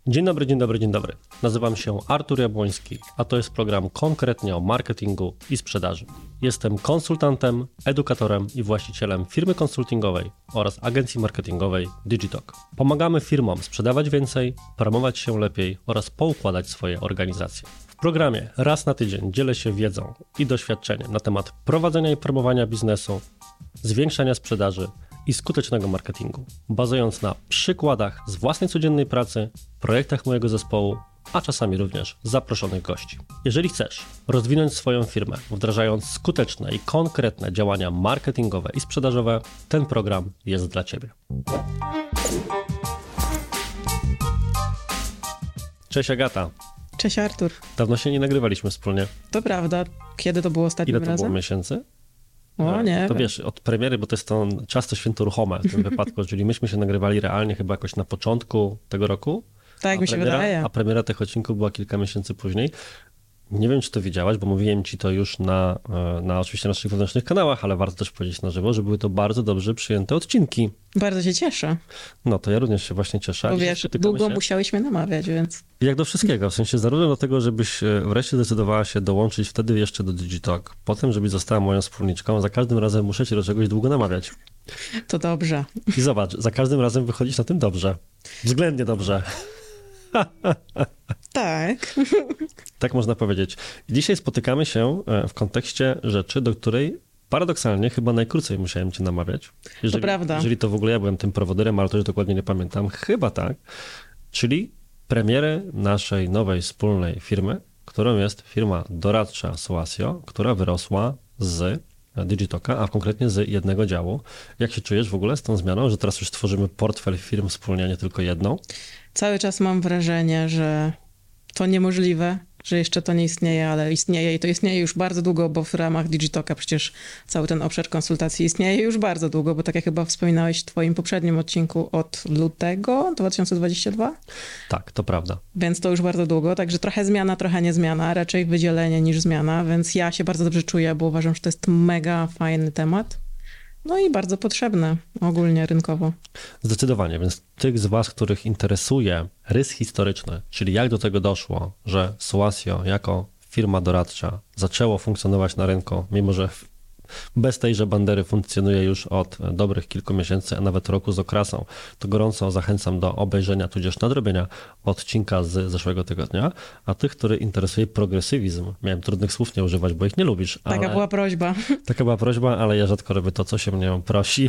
Dzień dobry, dzień dobry, dzień dobry. Nazywam się Artur Jabłoński, a to jest program konkretnie o marketingu i sprzedaży. Jestem konsultantem, edukatorem i właścicielem firmy konsultingowej oraz agencji marketingowej Digitalk. Pomagamy firmom sprzedawać więcej, promować się lepiej oraz poukładać swoje organizacje. W programie raz na tydzień dzielę się wiedzą i doświadczeniem na temat prowadzenia i promowania biznesu, zwiększania sprzedaży i skutecznego marketingu, bazując na przykładach z własnej codziennej pracy, projektach mojego zespołu, a czasami również zaproszonych gości. Jeżeli chcesz rozwinąć swoją firmę, wdrażając skuteczne i konkretne działania marketingowe i sprzedażowe, ten program jest dla Ciebie. Cześć Agata. Cześć Artur. Dawno się nie nagrywaliśmy wspólnie. To prawda. Kiedy to było ostatnim razem? Ile to było miesięcy? O, nie To wiem. wiesz, od premiery, bo to jest to często święto ruchome w tym wypadku, czyli myśmy się nagrywali realnie chyba jakoś na początku tego roku. Tak mi się wydaje. A premiera tych odcinków była kilka miesięcy później. Nie wiem, czy to widziałaś, bo mówiłem ci to już na oczywiście naszych wewnętrznych kanałach, ale warto też powiedzieć na żywo, że były to bardzo dobrze przyjęte odcinki. Bardzo się cieszę, No to ja również się właśnie cieszę. bo Dzisiaj wiesz, spotykamy długo się musiałeś mnie namawiać, więc... jak do wszystkiego, w sensie zarówno do tego, żebyś wreszcie zdecydowała się dołączyć wtedy jeszcze do Digitalk, potem, żebyś została moją wspólniczką, za każdym razem muszę cię do czegoś długo namawiać. To dobrze. I zobacz, za każdym razem wychodzisz na tym dobrze. Względnie dobrze. Tak. Tak można powiedzieć. I dzisiaj spotykamy się w kontekście rzeczy, do której paradoksalnie chyba najkrócej musiałem cię namawiać. To prawda. Jeżeli to w ogóle ja byłem tym prowodyrem, ale to już dokładnie nie pamiętam. Chyba tak. Czyli premiery naszej nowej wspólnej firmy, którą jest firma doradcza Soasio, która wyrosła z Digitalka, a konkretnie z jednego działu. Jak się czujesz w ogóle z tą zmianą, że teraz już tworzymy portfel firm wspólnie, a nie tylko jedną? Cały czas mam wrażenie, że to niemożliwe, że jeszcze to nie istnieje, ale istnieje i to istnieje już bardzo długo, bo w ramach Digitalka przecież cały ten obszar konsultacji istnieje już bardzo długo, bo tak jak chyba wspominałeś w twoim poprzednim odcinku od lutego 2022. Tak, to prawda. Więc to już bardzo długo, także trochę zmiana, trochę nie zmiana, raczej wydzielenie niż zmiana, więc ja się bardzo dobrze czuję, bo uważam, że to jest mega fajny temat. No i bardzo potrzebne ogólnie rynkowo. Zdecydowanie, więc tych z was, których interesuje rys historyczny, czyli jak do tego doszło, że Soasio jako firma doradcza zaczęło funkcjonować na rynku, mimo że bez tejże bandery funkcjonuje już od dobrych kilku miesięcy, a nawet roku z okrasą, to gorąco zachęcam do obejrzenia, tudzież nadrobienia odcinka z zeszłego tygodnia, a tych, który interesuje progresywizm, miałem trudnych słów nie używać, bo ich nie lubisz. Taka była prośba. Taka była prośba, ale ja rzadko robię to, co się mnie prosi.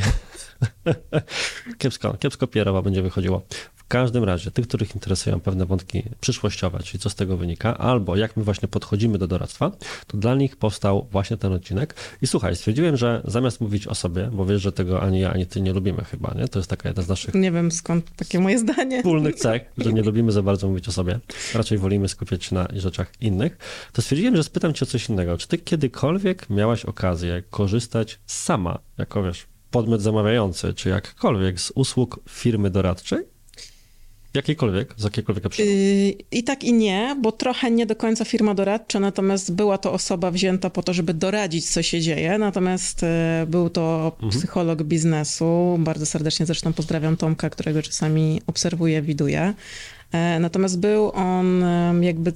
Kiepsko PR-owo będzie wychodziło. W każdym razie, tych, których interesują pewne wątki przyszłościowe, czyli co z tego wynika, albo jak my właśnie podchodzimy do doradztwa, to dla nich powstał właśnie ten odcinek. I słuchaj, stwierdziłem, że zamiast mówić o sobie, bo wiesz, że tego ani ja, ani ty nie lubimy chyba, nie? To jest taka jedna z naszych Nie wiem skąd takie moje zdanie. wspólnych cech, że nie lubimy za bardzo mówić o sobie. Raczej wolimy skupiać się na rzeczach innych. To stwierdziłem, że spytam cię o coś innego. Czy ty kiedykolwiek miałaś okazję korzystać sama, jako wiesz, podmiot zamawiający, czy jakkolwiek z usług firmy doradczej? Jakiejkolwiek, z jakiejkolwiek przyczyny? I tak i nie, bo trochę nie do końca firma doradcza, natomiast była to osoba wzięta po to, żeby doradzić, co się dzieje, natomiast był to psycholog biznesu, bardzo serdecznie zresztą pozdrawiam Tomka, którego czasami obserwuję, widuję. Natomiast był on jakby...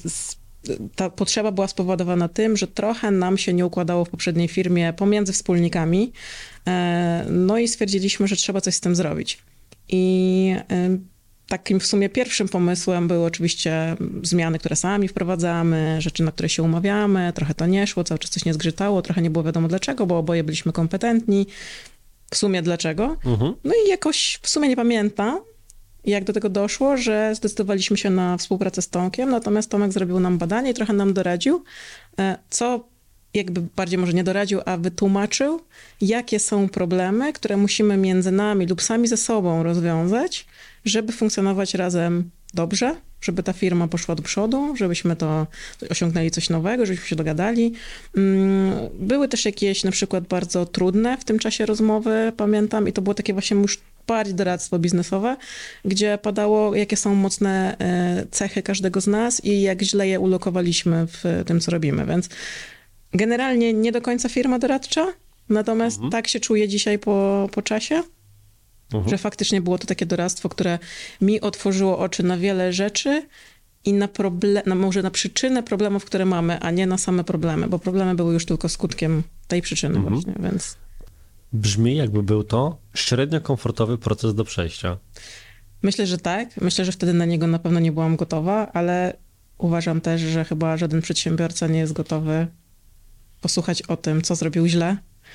Ta potrzeba była spowodowana tym, że trochę nam się nie układało w poprzedniej firmie pomiędzy wspólnikami, no i stwierdziliśmy, że trzeba coś z tym zrobić. I takim w sumie pierwszym pomysłem były oczywiście zmiany, które sami wprowadzamy, rzeczy, na które się umawiamy, trochę to nie szło, cały czas coś nie zgrzytało, trochę nie było wiadomo dlaczego, bo oboje byliśmy kompetentni. W sumie dlaczego? No i jakoś w sumie nie pamiętam, jak do tego doszło, że zdecydowaliśmy się na współpracę z Tomkiem, natomiast Tomek zrobił nam badanie i trochę nam doradził, co jakby bardziej może nie doradził, a wytłumaczył, jakie są problemy, które musimy między nami lub sami ze sobą rozwiązać, żeby funkcjonować razem dobrze, żeby ta firma poszła do przodu, żebyśmy to osiągnęli coś nowego, żebyśmy się dogadali. Były też jakieś na przykład bardzo trudne w tym czasie rozmowy, pamiętam, i to było takie właśnie już bardziej doradztwo biznesowe, gdzie padało, jakie są mocne cechy każdego z nas i jak źle je ulokowaliśmy w tym, co robimy, więc generalnie nie do końca firma doradcza, natomiast tak się czuję dzisiaj po czasie. że faktycznie było to takie doradztwo, które mi otworzyło oczy na wiele rzeczy i może na przyczynę problemów, które mamy, a nie na same problemy, bo problemy były już tylko skutkiem tej przyczyny właśnie, więc... Brzmi, jakby był to średnio komfortowy proces do przejścia. Myślę, że tak. Myślę, że wtedy na niego na pewno nie byłam gotowa, ale uważam też, że chyba żaden przedsiębiorca nie jest gotowy posłuchać o tym, co zrobił źle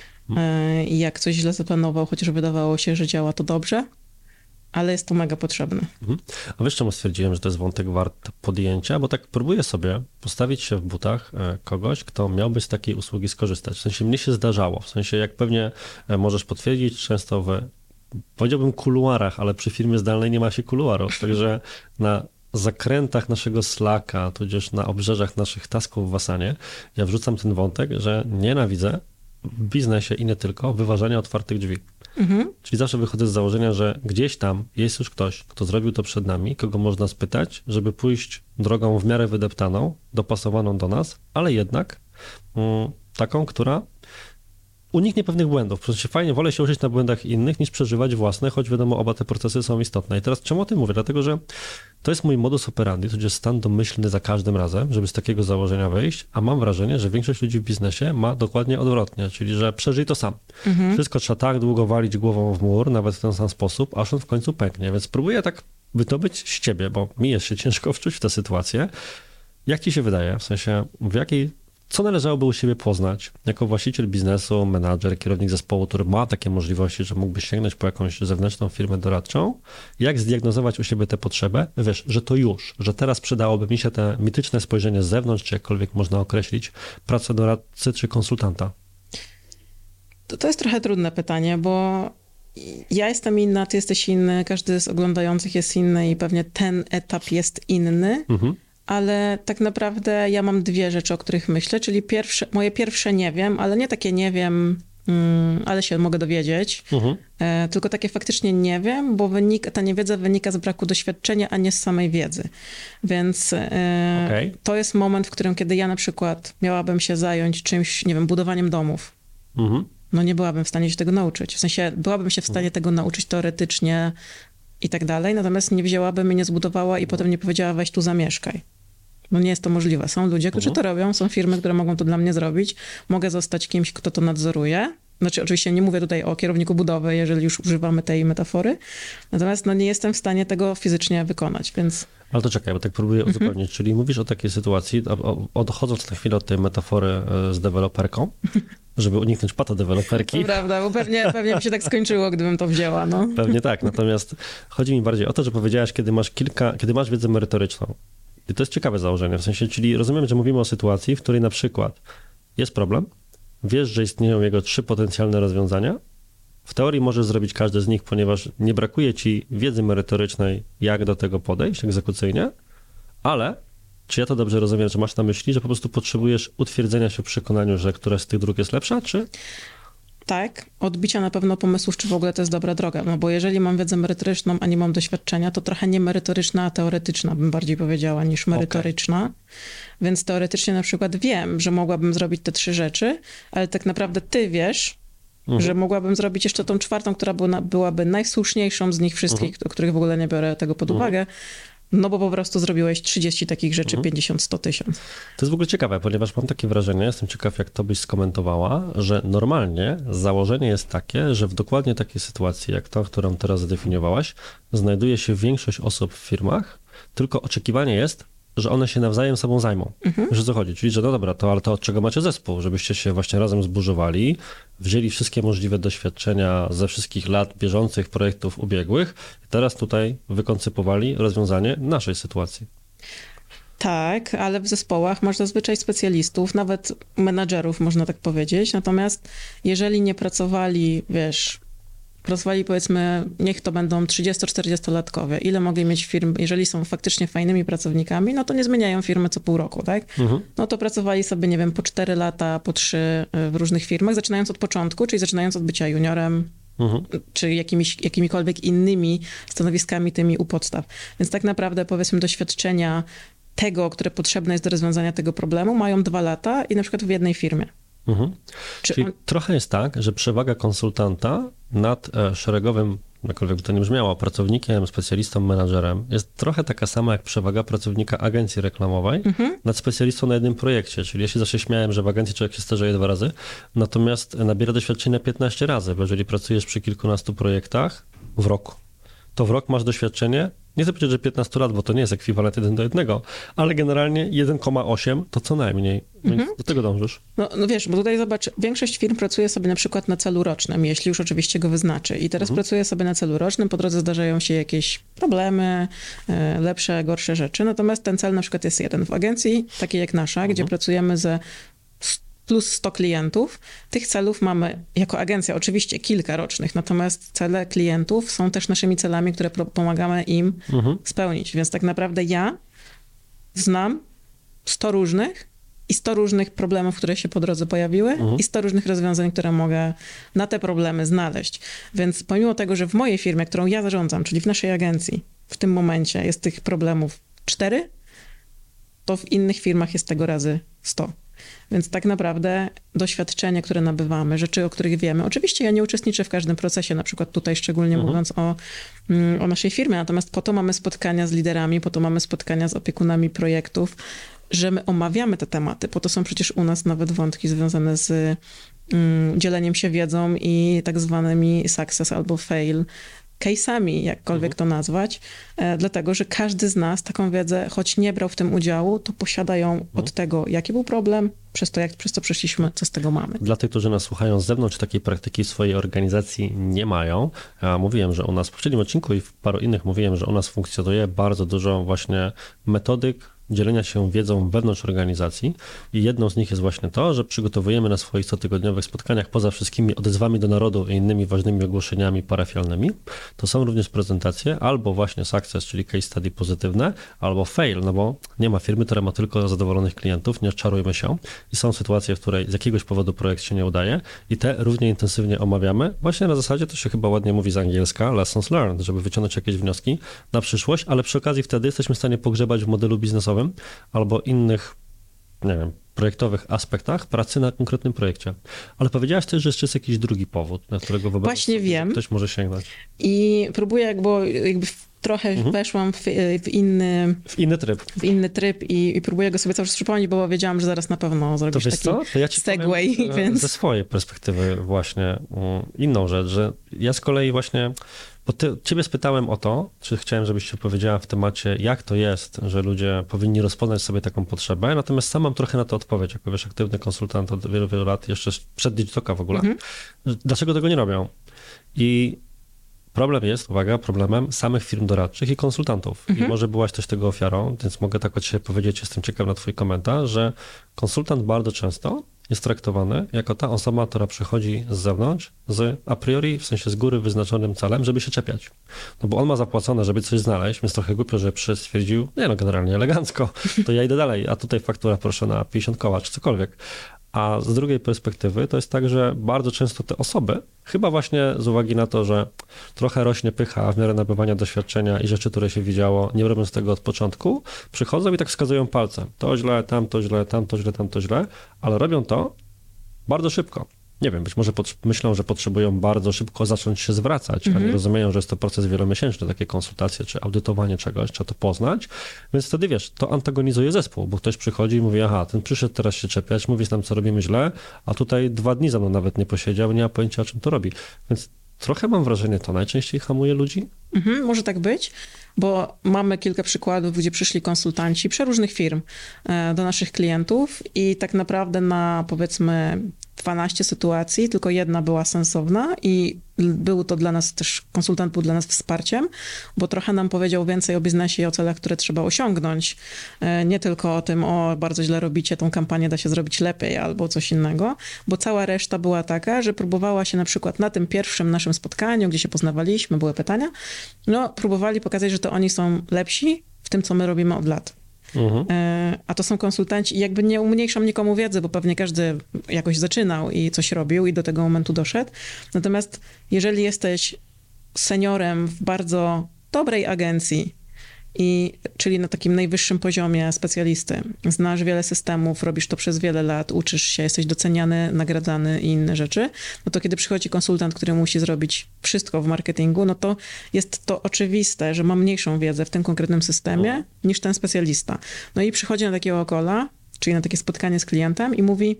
i jak coś źle zaplanował, chociaż wydawało się, że działa to dobrze, ale jest to mega potrzebne. A wiesz, czemu stwierdziłem, że to jest wątek wart podjęcia? Bo tak próbuję sobie postawić się w butach kogoś, kto miałby z takiej usługi skorzystać. W sensie mnie się zdarzało, w sensie jak pewnie możesz potwierdzić, często powiedziałbym kuluarach, ale przy firmie zdalnej nie ma się kuluarów, także na zakrętach naszego Slacka, tudzież na obrzeżach naszych tasków w Asanie, ja wrzucam ten wątek, że nienawidzę w biznesie i nie tylko wyważania otwartych drzwi. Czyli zawsze wychodzę z założenia, że gdzieś tam jest już ktoś, kto zrobił to przed nami, kogo można spytać, żeby pójść drogą w miarę wydeptaną, dopasowaną do nas, ale jednak taką, która uniknie pewnych błędów. W sensie fajnie, wolę się uczyć na błędach innych, niż przeżywać własne, choć wiadomo, oba te procesy są istotne. I teraz czemu o tym mówię? Dlatego, że to jest mój modus operandi, to jest stan domyślny za każdym razem, żeby z takiego założenia wyjść, a mam wrażenie, że większość ludzi w biznesie ma dokładnie odwrotnie, czyli że przeżyj to sam. Wszystko trzeba tak długo walić głową w mur, nawet w ten sam sposób, aż on w końcu pęknie. Więc próbuję tak wydobyć z ciebie, bo mi jest się ciężko wczuć w tę sytuację. Jak ci się wydaje? W sensie, co należałoby u siebie poznać jako właściciel biznesu, menadżer, kierownik zespołu, który ma takie możliwości, że mógłby sięgnąć po jakąś zewnętrzną firmę doradczą? Jak zdiagnozować u siebie tę potrzebę? Wiesz, że to już, że teraz przydałoby mi się te mityczne spojrzenie z zewnątrz, czy jakkolwiek można określić, pracę doradcy czy konsultanta? To jest trochę trudne pytanie, bo ja jestem inna, ty jesteś inny, każdy z oglądających jest inny i pewnie ten etap jest inny. Ale tak naprawdę ja mam dwie rzeczy, o których myślę, czyli moje pierwsze nie wiem, ale nie takie nie wiem, ale się mogę dowiedzieć, tylko takie faktycznie nie wiem, bo ta niewiedza wynika z braku doświadczenia, a nie z samej wiedzy. Więc to jest moment, w którym kiedy ja na przykład miałabym się zająć czymś, nie wiem, budowaniem domów, no nie byłabym w stanie się tego nauczyć. W sensie byłabym się w stanie tego nauczyć teoretycznie i tak dalej, natomiast nie wzięłabym i nie zbudowała i potem nie powiedziała weź tu zamieszkaj. No nie jest to możliwe. Są ludzie, którzy to robią, są firmy, które mogą to dla mnie zrobić. Mogę zostać kimś, kto to nadzoruje. Znaczy oczywiście nie mówię tutaj o kierowniku budowy, jeżeli już używamy tej metafory. Natomiast no nie jestem w stanie tego fizycznie wykonać, więc... Ale to czekaj, bo tak próbuję uzupełnić. Czyli mówisz o takiej sytuacji, odchodząc na chwilę od tej metafory z deweloperką, żeby uniknąć pata deweloperki. To prawda, bo pewnie by się tak skończyło, gdybym to wzięła, no. Pewnie tak, natomiast chodzi mi bardziej o to, że powiedziałaś, kiedy masz wiedzę merytoryczną. I to jest ciekawe założenie, w sensie, czyli rozumiem, że mówimy o sytuacji, w której na przykład jest problem, wiesz, że istnieją jego 3 potencjalne rozwiązania, w teorii możesz zrobić każde z nich, ponieważ nie brakuje ci wiedzy merytorycznej, jak do tego podejść egzekucyjnie, ale czy ja to dobrze rozumiem, że masz na myśli, że po prostu potrzebujesz utwierdzenia się w przekonaniu, że któraś z tych dróg jest lepsza, czy... Tak, odbicia na pewno pomysłów, czy w ogóle to jest dobra droga, no bo jeżeli mam wiedzę merytoryczną, a nie mam doświadczenia, to trochę nie merytoryczna, a teoretyczna bym bardziej powiedziała niż merytoryczna, Więc teoretycznie na przykład wiem, że mogłabym zrobić te 3 rzeczy, ale tak naprawdę ty wiesz, że mogłabym zrobić jeszcze tą 4, która byłaby najsłuszniejszą z nich wszystkich, o których w ogóle nie biorę tego pod uwagę, no bo po prostu zrobiłeś 30 takich rzeczy, 50, 100 tysięcy. To jest w ogóle ciekawe, ponieważ mam takie wrażenie, jestem ciekaw, jak to byś skomentowała, że normalnie założenie jest takie, że w dokładnie takiej sytuacji, jak ta, którą teraz zdefiniowałaś, znajduje się większość osób w firmach, tylko oczekiwanie jest, że one się nawzajem sobą zajmą. Wiesz, o co chodzi? Czyli, że no dobra, ale to od czego macie zespół? Żebyście się właśnie razem zburzowali, wzięli wszystkie możliwe doświadczenia ze wszystkich lat bieżących projektów ubiegłych i teraz tutaj wykoncypowali rozwiązanie naszej sytuacji. Tak, ale w zespołach masz zazwyczaj specjalistów, nawet menadżerów, można tak powiedzieć. Natomiast jeżeli nie pracowali, pracowali powiedzmy, niech to będą 30-40-latkowie. Ile mogli mieć firm, jeżeli są faktycznie fajnymi pracownikami, no to nie zmieniają firmy co pół roku, tak? No to pracowali sobie, nie wiem, po 4 lata, po 3 w różnych firmach, zaczynając od początku, czyli zaczynając od bycia juniorem, czy jakimikolwiek innymi stanowiskami tymi u podstaw. Więc tak naprawdę, powiedzmy, doświadczenia tego, które potrzebne jest do rozwiązania tego problemu, mają 2 lata i na przykład w jednej firmie. Czyli trochę jest tak, że przewaga konsultanta nad szeregowym jakkolwiek by to nie brzmiało, pracownikiem, specjalistą, menadżerem jest trochę taka sama jak przewaga pracownika agencji reklamowej nad specjalistą na jednym projekcie. Czyli ja się zawsze śmiałem, że w agencji człowiek się starzeje 2 razy, natomiast nabiera doświadczenia 15 razy, bo jeżeli pracujesz przy kilkunastu projektach w roku, to w rok masz doświadczenie, nie chcę powiedzieć, że 15 lat, bo to nie jest ekwiwalent 1:1, ale generalnie 1,8 to co najmniej, więc do tego dążysz. No wiesz, bo tutaj zobacz, większość firm pracuje sobie na przykład na celu rocznym, jeśli już oczywiście go wyznaczy. I teraz pracuje sobie na celu rocznym, po drodze zdarzają się jakieś problemy, lepsze, gorsze rzeczy, natomiast ten cel na przykład jest jeden. W agencji, takiej jak nasza, gdzie pracujemy ze plus 100 klientów. Tych celów mamy jako agencja oczywiście kilka rocznych, natomiast cele klientów są też naszymi celami, które pomagamy im spełnić. Więc tak naprawdę ja znam 100 różnych i 100 różnych problemów, które się po drodze pojawiły i 100 różnych rozwiązań, które mogę na te problemy znaleźć. Więc pomimo tego, że w mojej firmie, którą ja zarządzam, czyli w naszej agencji, w tym momencie jest tych problemów 4, to w innych firmach jest tego razy 100. Więc tak naprawdę doświadczenie, które nabywamy, rzeczy, o których wiemy. Oczywiście ja nie uczestniczę w każdym procesie, na przykład tutaj szczególnie mówiąc o naszej firmie, natomiast po to mamy spotkania z liderami, po to mamy spotkania z opiekunami projektów, że my omawiamy te tematy. Po to są przecież u nas nawet wątki związane z dzieleniem się wiedzą i tak zwanymi success albo fail case'ami, jakkolwiek to nazwać, dlatego, że każdy z nas taką wiedzę, choć nie brał w tym udziału, to posiada ją od tego, jaki był problem, przez co przeszliśmy, co z tego mamy. Dla tych, którzy nas słuchają z zewnątrz, takiej praktyki w swojej organizacji nie mają. Ja mówiłem, że u nas w poprzednim odcinku i w paru innych mówiłem, że u nas funkcjonuje bardzo dużo właśnie metodyk dzielenia się wiedzą wewnątrz organizacji i jedną z nich jest właśnie to, że przygotowujemy na swoich cotygodniowych spotkaniach poza wszystkimi odezwami do narodu i innymi ważnymi ogłoszeniami parafialnymi, to są również prezentacje albo właśnie success, czyli case study pozytywne, albo fail, no bo nie ma firmy, która ma tylko zadowolonych klientów, nie czarujmy się i są sytuacje, w której z jakiegoś powodu projekt się nie udaje i te równie intensywnie omawiamy. Właśnie na zasadzie, to się chyba ładnie mówi z angielska, lessons learned, żeby wyciągnąć jakieś wnioski na przyszłość, ale przy okazji wtedy jesteśmy w stanie pogrzebać w modelu biznesowym albo innych, nie wiem, projektowych aspektach pracy na konkretnym projekcie. Ale powiedziałaś też, że jeszcze jest jakiś drugi powód, na którego właśnie wiem. Ktoś może sięgnąć. I próbuję jakby trochę weszłam w inny tryb i próbuję go sobie cały czas przypomnieć, bo wiedziałam, że zaraz na pewno zrobisz taki to ja ci segway. Powiem, więc... Ze swojej perspektywy właśnie inną rzecz, że ja z kolei właśnie, bo ciebie spytałem o to, czy chciałem, żebyś się powiedziała w temacie, jak to jest, że ludzie powinni rozpoznać sobie taką potrzebę, natomiast sam mam trochę na to odpowiedź, jako wiesz, aktywny konsultant od wielu, wielu lat, jeszcze przed Digitoka w ogóle. Dlaczego tego nie robią? I problem jest, uwaga, problemem samych firm doradczych i konsultantów. I może byłaś też tego ofiarą, więc mogę tak od siebie powiedzieć, jestem ciekaw na twój komentarz, że konsultant bardzo często jest traktowany jako ta osoba, która przychodzi z zewnątrz, z a priori, w sensie z góry wyznaczonym celem, żeby się czepiać. No bo on ma zapłacone, żeby coś znaleźć, więc trochę głupio, że stwierdził, nie no, generalnie elegancko, to ja idę dalej, a tutaj faktura proszę na 50 koła, czy cokolwiek. A z drugiej perspektywy to jest tak, że bardzo często te osoby, chyba właśnie z uwagi na to, że trochę rośnie pycha w miarę nabywania doświadczenia i rzeczy, które się widziało, nie robiąc tego od początku, przychodzą i tak wskazują palcem. To źle, tamto źle, tamto źle, tamto źle, ale robią to bardzo szybko. Nie wiem, być może myślą, że potrzebują bardzo szybko zacząć się zwracać, a nie rozumieją, że jest to proces wielomiesięczny, takie konsultacje czy audytowanie czegoś, trzeba to poznać, więc wtedy wiesz, to antagonizuje zespół, bo ktoś przychodzi i mówi, aha, ten przyszedł teraz się czepiać, mówi nam, co robimy źle, a tutaj 2 dni za mną nawet nie posiedział, nie ma pojęcia, o czym to robi. Więc trochę mam wrażenie, to najczęściej hamuje ludzi. Może tak być, bo mamy kilka przykładów, gdzie przyszli konsultanci przeróżnych firm do naszych klientów i tak naprawdę na, powiedzmy, 12 sytuacji, tylko jedna była sensowna i był to dla nas też, konsultant był dla nas wsparciem, bo trochę nam powiedział więcej o biznesie i o celach, które trzeba osiągnąć. Nie tylko o tym, o bardzo źle robicie, tą kampanię da się zrobić lepiej albo coś innego, bo cała reszta była taka, że próbowała się na przykład na tym pierwszym naszym spotkaniu, gdzie się poznawaliśmy, były pytania, no próbowali pokazać, że to oni są lepsi w tym, co my robimy od lat. A to są konsultanci i jakby nie umniejszam nikomu wiedzy, bo pewnie każdy jakoś zaczynał i coś robił i do tego momentu doszedł. Natomiast jeżeli jesteś seniorem w bardzo dobrej agencji czyli na takim najwyższym poziomie specjalisty. Znasz wiele systemów, robisz to przez wiele lat, uczysz się, jesteś doceniany, nagradzany i inne rzeczy, no to kiedy przychodzi konsultant, który musi zrobić wszystko w marketingu, no to jest to oczywiste, że ma mniejszą wiedzę w tym konkretnym systemie niż ten specjalista. No i przychodzi na takiego calla, czyli na takie spotkanie z klientem i mówi: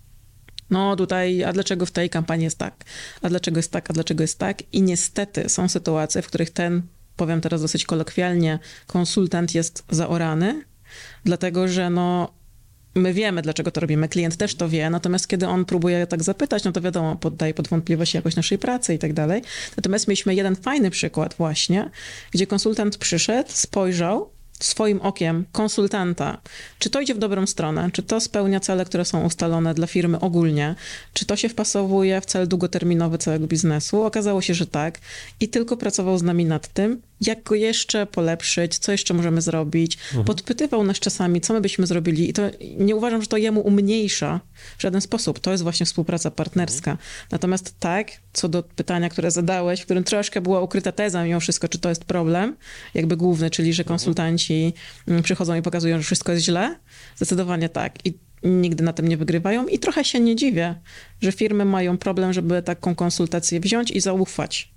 no tutaj, a dlaczego w tej kampanii jest tak? A dlaczego jest tak? A dlaczego jest tak? I niestety są sytuacje, w których ten, powiem teraz dosyć kolokwialnie, konsultant jest zaorany, dlatego że no my wiemy, dlaczego to robimy, klient też to wie, natomiast kiedy on próbuje tak zapytać, no to wiadomo, poddaje pod wątpliwość jakość naszej pracy i tak dalej. Natomiast mieliśmy jeden fajny przykład właśnie, gdzie konsultant przyszedł, spojrzał swoim okiem konsultanta, czy to idzie w dobrą stronę, czy to spełnia cele, które są ustalone dla firmy ogólnie, czy to się wpasowuje w cel długoterminowy całego biznesu. Okazało się, że tak i tylko pracował z nami nad tym, jak go jeszcze polepszyć, co jeszcze możemy zrobić. Podpytywał nas czasami, co my byśmy zrobili i to nie uważam, że to jemu umniejsza w żaden sposób. To jest właśnie współpraca partnerska. Natomiast tak, co do pytania, które zadałeś, w którym troszkę była ukryta teza mimo wszystko, czy to jest problem, jakby główny, czyli że konsultanci przychodzą i pokazują, że wszystko jest źle. Zdecydowanie tak. I nigdy na tym nie wygrywają i trochę się nie dziwię, że firmy mają problem, żeby taką konsultację wziąć i zaufać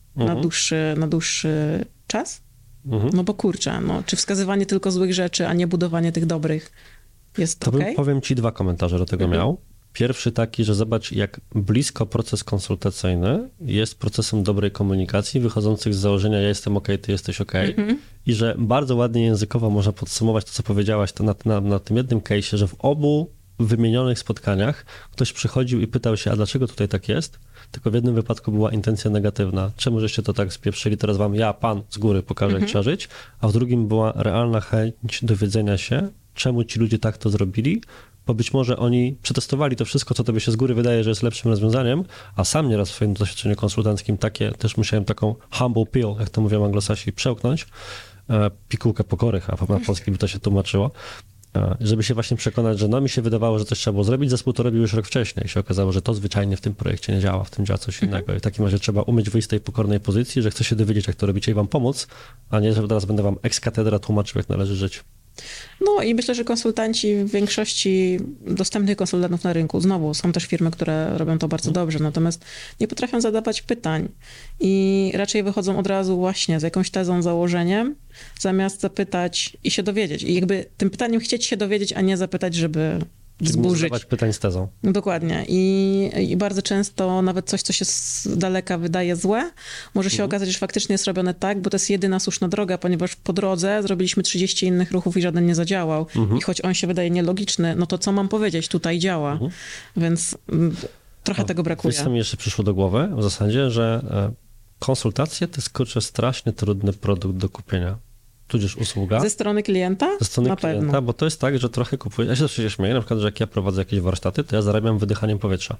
na dłuższy czas. No bo kurczę, no, czy wskazywanie tylko złych rzeczy, a nie budowanie tych dobrych jest to okej? Powiem ci 2 komentarze do tego miał. Pierwszy taki, że zobacz, jak blisko proces konsultacyjny jest procesem dobrej komunikacji, wychodzących z założenia ja jestem okej, ty jesteś okej. I że bardzo ładnie językowo można podsumować to, co powiedziałaś to na tym jednym case'ie, że w obu wymienionych spotkaniach ktoś przychodził i pytał się, a dlaczego tutaj tak jest? Tylko w jednym wypadku była intencja negatywna. Czemu żeście to tak spieprzyli? Teraz wam pan z góry pokaże, jak trzeba żyć. A w drugim była realna chęć dowiedzenia się, czemu ci ludzie tak to zrobili, bo być może oni przetestowali to wszystko, co tobie się z góry wydaje, że jest lepszym rozwiązaniem, a sam nieraz w swoim doświadczeniu konsultanckim też musiałem taką humble pill, jak to mówią anglosasi, przełknąć, pigułkę pokory, a na polski by to się tłumaczyło, żeby się właśnie przekonać, że no mi się wydawało, że coś trzeba było zrobić, zespół to robił już rok wcześniej i się okazało, że to zwyczajnie w tym projekcie nie działa, w tym działa coś innego i w takim razie trzeba umieć wyjść z tej pokornej pozycji, że chce się dowiedzieć, jak to robicie i wam pomóc, a nie, że teraz będę wam ex cathedra tłumaczył, jak należy żyć. No i myślę, że konsultanci w większości dostępnych konsultantów na rynku, znowu są też firmy, które robią to bardzo dobrze, natomiast nie potrafią zadawać pytań i raczej wychodzą od razu właśnie z jakąś tezą, założeniem, zamiast zapytać i się dowiedzieć. I jakby tym pytaniem chcieć się dowiedzieć, a nie zapytać, żeby zburzyć. Zadawać pytań z tezą. No dokładnie. I bardzo często nawet coś, co się z daleka wydaje złe, może się okazać, że faktycznie jest robione tak, bo to jest jedyna słuszna droga, ponieważ po drodze zrobiliśmy 30 innych ruchów i żaden nie zadziałał. I choć on się wydaje nielogiczny, no to co mam powiedzieć? Tutaj działa. Więc trochę tego brakuje. Wiesz, co mi jeszcze przyszło do głowy w zasadzie, że konsultacje to jest, kurczę, strasznie trudny produkt do kupienia. Tudzież usługa. Ze strony klienta? Ze strony na klienta, pewno. bo to jest tak, że trochę kupuję. Ja się zawsze śmieję, na przykład, że jak ja prowadzę jakieś warsztaty, to ja zarabiam wydychaniem powietrza.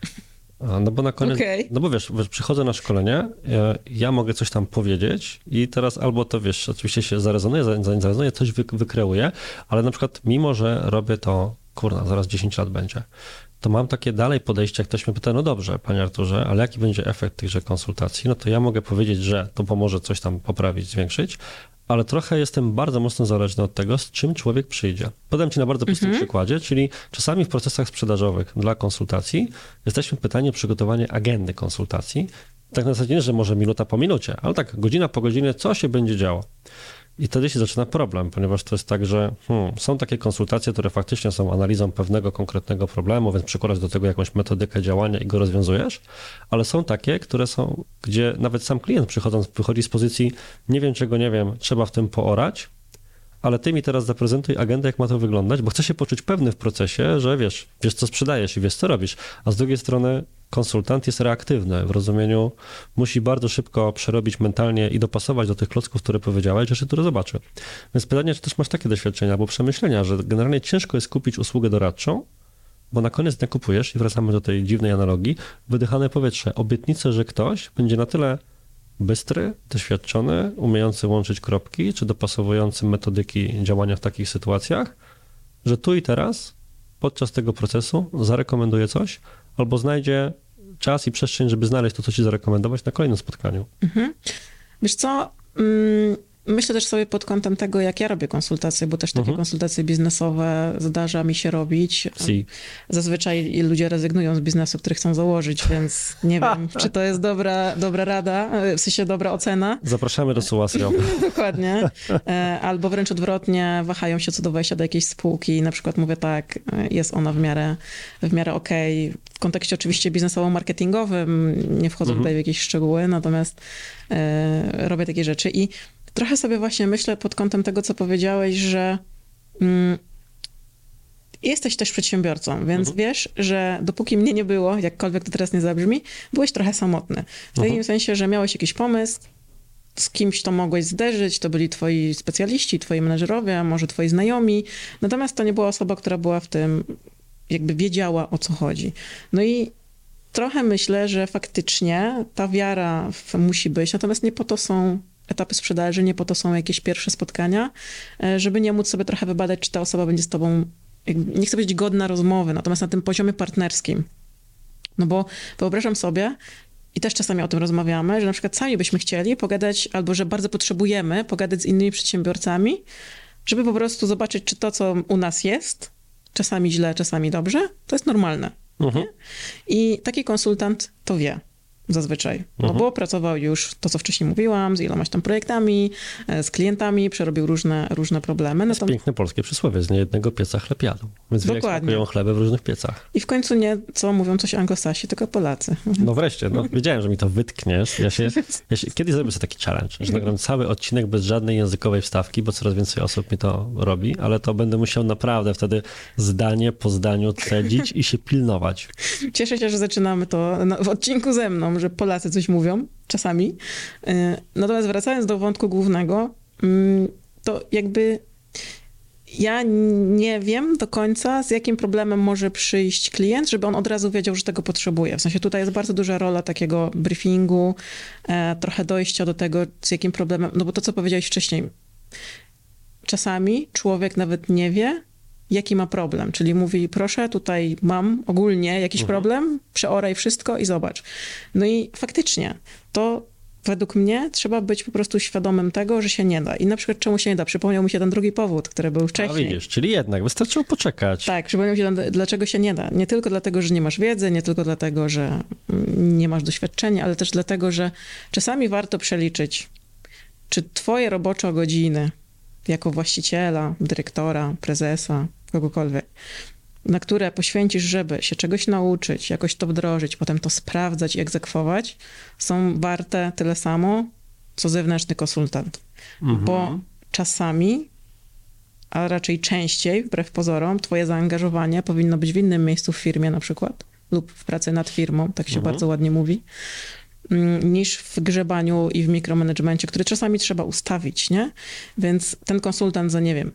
No bo na koniec, no bo wiesz, przychodzę na szkolenie, ja mogę coś tam powiedzieć i teraz albo to, wiesz, oczywiście się zarezonuje, coś wykreuję, ale na przykład mimo, że robię to, zaraz 10 lat będzie, to mam takie dalej podejście, jak ktoś mnie pyta, no dobrze, panie Arturze, ale jaki będzie efekt tychże konsultacji? No to ja mogę powiedzieć, że to pomoże coś tam poprawić, zwiększyć, ale trochę jestem bardzo mocno zależny od tego, z czym człowiek przyjdzie. Podam ci na bardzo prostym przykładzie, czyli czasami w procesach sprzedażowych dla konsultacji jesteśmy pytani o przygotowanie agendy konsultacji. Tak na zasadzie, że może minuta po minucie, ale tak godzina po godzinie, co się będzie działo. I wtedy się zaczyna problem, ponieważ to jest tak, że są takie konsultacje, które faktycznie są analizą pewnego konkretnego problemu, więc przykładasz do tego jakąś metodykę działania i go rozwiązujesz, ale są takie, które są, gdzie nawet sam klient przychodząc wychodzi z pozycji nie wiem czego nie wiem, trzeba w tym poorać, ale ty mi teraz zaprezentuj agendę, jak ma to wyglądać, bo chcę się poczuć pewny w procesie, że wiesz co sprzedajesz i wiesz co robisz, a z drugiej strony konsultant jest reaktywny, w rozumieniu musi bardzo szybko przerobić mentalnie i dopasować do tych klocków, które powiedziałeś, że się które zobaczy. Więc pytanie, czy też masz takie doświadczenia albo przemyślenia, że generalnie ciężko jest kupić usługę doradczą, bo na koniec dnia kupujesz, i wracamy do tej dziwnej analogii, wydychane powietrze. Obietnicę, że ktoś będzie na tyle bystry, doświadczony, umiejący łączyć kropki, czy dopasowujący metodyki działania w takich sytuacjach, że tu i teraz, podczas tego procesu zarekomenduje coś, albo znajdzie czas i przestrzeń, żeby znaleźć to, co ci zarekomendować na kolejnym spotkaniu. Wiesz co, myślę też sobie pod kątem tego, jak ja robię konsultacje, bo też takie konsultacje biznesowe zdarza mi się robić. Zazwyczaj ludzie rezygnują z biznesu, który chcą założyć, więc nie wiem, czy to jest dobra rada, w sensie dobra ocena. Zapraszamy do Sułasio. Dokładnie. Albo wręcz odwrotnie, wahają się co do wejścia do jakiejś spółki. Na przykład mówię tak, jest ona w miarę okej. W kontekście oczywiście biznesowo-marketingowym, nie wchodzę tutaj w jakieś szczegóły, natomiast robię takie rzeczy i trochę sobie właśnie myślę pod kątem tego, co powiedziałeś, że jesteś też przedsiębiorcą, więc wiesz, że dopóki mnie nie było, jakkolwiek to teraz nie zabrzmi, byłeś trochę samotny. W takim sensie, że miałeś jakiś pomysł, z kimś to mogłeś zderzyć, to byli twoi specjaliści, twoi menedżerowie, a może twoi znajomi, natomiast to nie była osoba, która była w tym, jakby wiedziała, o co chodzi. No i trochę myślę, że faktycznie ta wiara musi być, natomiast nie po to są etapy sprzedaży, nie po to są jakieś pierwsze spotkania, żeby nie móc sobie trochę wybadać, czy ta osoba będzie z tobą, nie chcę powiedzieć godna rozmowy, natomiast na tym poziomie partnerskim. No bo wyobrażam sobie, i też czasami o tym rozmawiamy, że na przykład sami byśmy chcieli pogadać, albo że bardzo potrzebujemy pogadać z innymi przedsiębiorcami, żeby po prostu zobaczyć, czy to, co u nas jest, czasami źle, czasami dobrze, to jest normalne. I taki konsultant to wie. Zazwyczaj. No bo pracował już to, co wcześniej mówiłam, z ilomaś tam projektami, z klientami, przerobił różne problemy. No to jest piękne polskie przysłowie, z niejednego pieca chleb jadł. Więc wie, jak smakują chleby w różnych piecach. I w końcu nie, co mówią coś Anglosasi, tylko Polacy. No wreszcie, wiedziałem, że mi to wytkniesz. Kiedyś zrobię sobie taki challenge, że nagram cały odcinek bez żadnej językowej wstawki, bo coraz więcej osób mi to robi, ale to będę musiał naprawdę wtedy zdanie po zdaniu cedzić i się pilnować. Cieszę się, że zaczynamy to w odcinku ze mną, że Polacy coś mówią czasami. Natomiast wracając do wątku głównego, to jakby ja nie wiem do końca, z jakim problemem może przyjść klient, żeby on od razu wiedział, że tego potrzebuje. W sensie tutaj jest bardzo duża rola takiego briefingu, trochę dojścia do tego, z jakim problemem, no bo to, co powiedziałeś wcześniej, czasami człowiek nawet nie wie, jaki ma problem, czyli mówi, proszę, tutaj mam ogólnie jakiś problem, przeoraj wszystko i zobacz. No i faktycznie, to według mnie trzeba być po prostu świadomym tego, że się nie da. I na przykład czemu się nie da? Przypomniał mi się ten drugi powód, który był wcześniej. A widzisz, czyli jednak wystarczyło poczekać. Tak, przypomniał mi się, dlaczego się nie da. Nie tylko dlatego, że nie masz wiedzy, nie tylko dlatego, że nie masz doświadczenia, ale też dlatego, że czasami warto przeliczyć, czy twoje robocze godziny jako właściciela, dyrektora, prezesa, kogokolwiek, na które poświęcisz, żeby się czegoś nauczyć, jakoś to wdrożyć, potem to sprawdzać i egzekwować, są warte tyle samo, co zewnętrzny konsultant. Bo czasami, a raczej częściej, wbrew pozorom, twoje zaangażowanie powinno być w innym miejscu w firmie na przykład, lub w pracy nad firmą, tak się bardzo ładnie mówi, niż w grzebaniu i w mikromanagemencie, który czasami trzeba ustawić, nie? Więc ten konsultant za, nie wiem,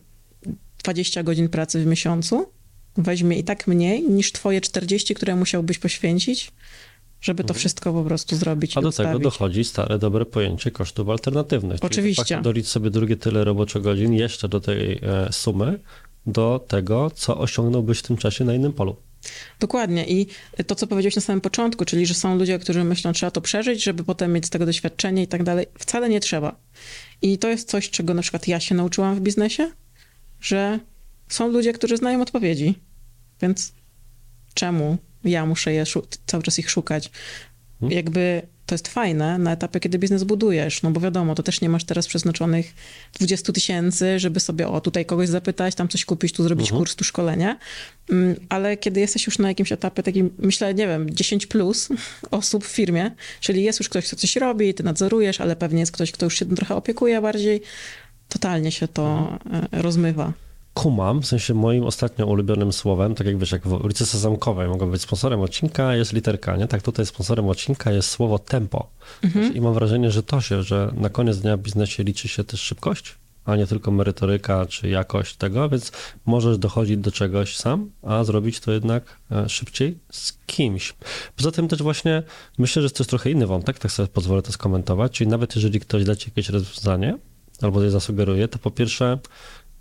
20 godzin pracy w miesiącu weźmie i tak mniej niż twoje 40, które musiałbyś poświęcić, żeby to wszystko po prostu zrobić. A do tego dochodzi stare, dobre pojęcie kosztów alternatywnych. Oczywiście. Dolicz sobie drugie tyle roboczogodzin jeszcze do tej sumy, do tego, co osiągnąłbyś w tym czasie na innym polu. Dokładnie. I to, co powiedziałeś na samym początku, czyli że są ludzie, którzy myślą, trzeba to przeżyć, żeby potem mieć z tego doświadczenie i tak dalej. Wcale nie trzeba. I to jest coś, czego na przykład ja się nauczyłam w biznesie, że są ludzie, którzy znają odpowiedzi. Więc czemu ja muszę cały czas ich szukać? Jakby to jest fajne na etapie, kiedy biznes budujesz, no bo wiadomo, to też nie masz teraz przeznaczonych 20 000, żeby sobie tutaj kogoś zapytać, tam coś kupić, tu zrobić kurs, tu szkolenie, ale kiedy jesteś już na jakimś etapie takim, myślę, nie wiem, 10+ osób w firmie, czyli jest już ktoś, kto coś robi, ty nadzorujesz, ale pewnie jest ktoś, kto już się tym trochę opiekuje bardziej, totalnie się to rozmywa. Kumam, w sensie moim ostatnio ulubionym słowem, tak jak wiesz, jak w ulicy Sezamkowej mogą być sponsorem odcinka, jest literka, nie? Tak tutaj sponsorem odcinka jest słowo tempo. I mam wrażenie, że na koniec dnia w biznesie liczy się też szybkość, a nie tylko merytoryka czy jakość tego, więc możesz dochodzić do czegoś sam, a zrobić to jednak szybciej z kimś. Poza tym też właśnie myślę, że jest też trochę inny wątek, tak sobie pozwolę to skomentować, czyli nawet jeżeli ktoś da ci jakieś rozwiązanie albo je zasugeruje, to po pierwsze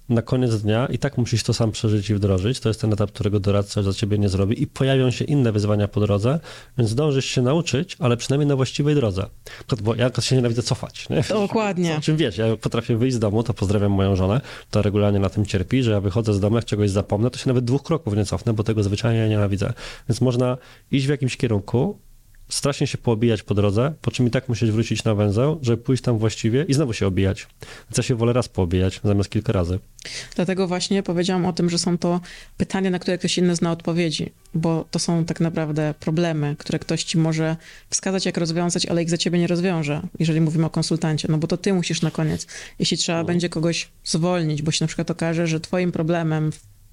na koniec dnia i tak musisz to sam przeżyć i wdrożyć. To jest ten etap, którego doradca za ciebie nie zrobi i pojawią się inne wyzwania po drodze, więc zdążysz się nauczyć, ale przynajmniej na właściwej drodze. Bo ja się nienawidzę cofać. Nie? Dokładnie. O czym wiesz, ja potrafię wyjść z domu, to pozdrawiam moją żonę, to regularnie na tym cierpi, że ja wychodzę z domu, jak czegoś zapomnę, to się nawet 2 kroków nie cofnę, bo tego zwyczajnie nienawidzę. Więc można iść w jakimś kierunku, strasznie się poobijać po drodze, po czym i tak musisz wrócić na węzeł, żeby pójść tam właściwie i znowu się obijać. Więc ja się wolę raz poobijać, zamiast kilka razy. Dlatego właśnie powiedziałam o tym, że są to pytania, na które ktoś inny zna odpowiedzi, bo to są tak naprawdę problemy, które ktoś ci może wskazać, jak rozwiązać, ale ich za ciebie nie rozwiąże, jeżeli mówimy o konsultancie, no bo to ty musisz na koniec, jeśli trzeba będzie kogoś zwolnić, bo się na przykład okaże, że twoim problemem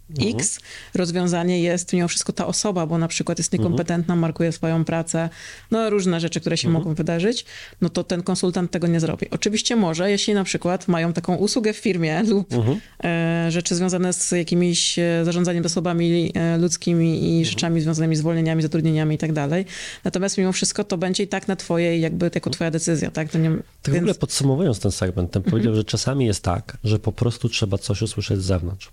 X rozwiązanie jest mimo wszystko ta osoba, bo na przykład jest niekompetentna, markuje swoją pracę, no różne rzeczy, które się mogą wydarzyć, no to ten konsultant tego nie zrobi. Oczywiście może, jeśli na przykład mają taką usługę w firmie lub rzeczy związane z jakimiś zarządzaniem zasobami ludzkimi i rzeczami związanymi z zwolnieniami, zatrudnieniami i tak dalej. Natomiast mimo wszystko to będzie i tak na twojej, jakby jako twoja decyzja, tak? To nie, tak w ogóle podsumowując ten segment, powiedział, że czasami jest tak, że po prostu trzeba coś usłyszeć z zewnątrz.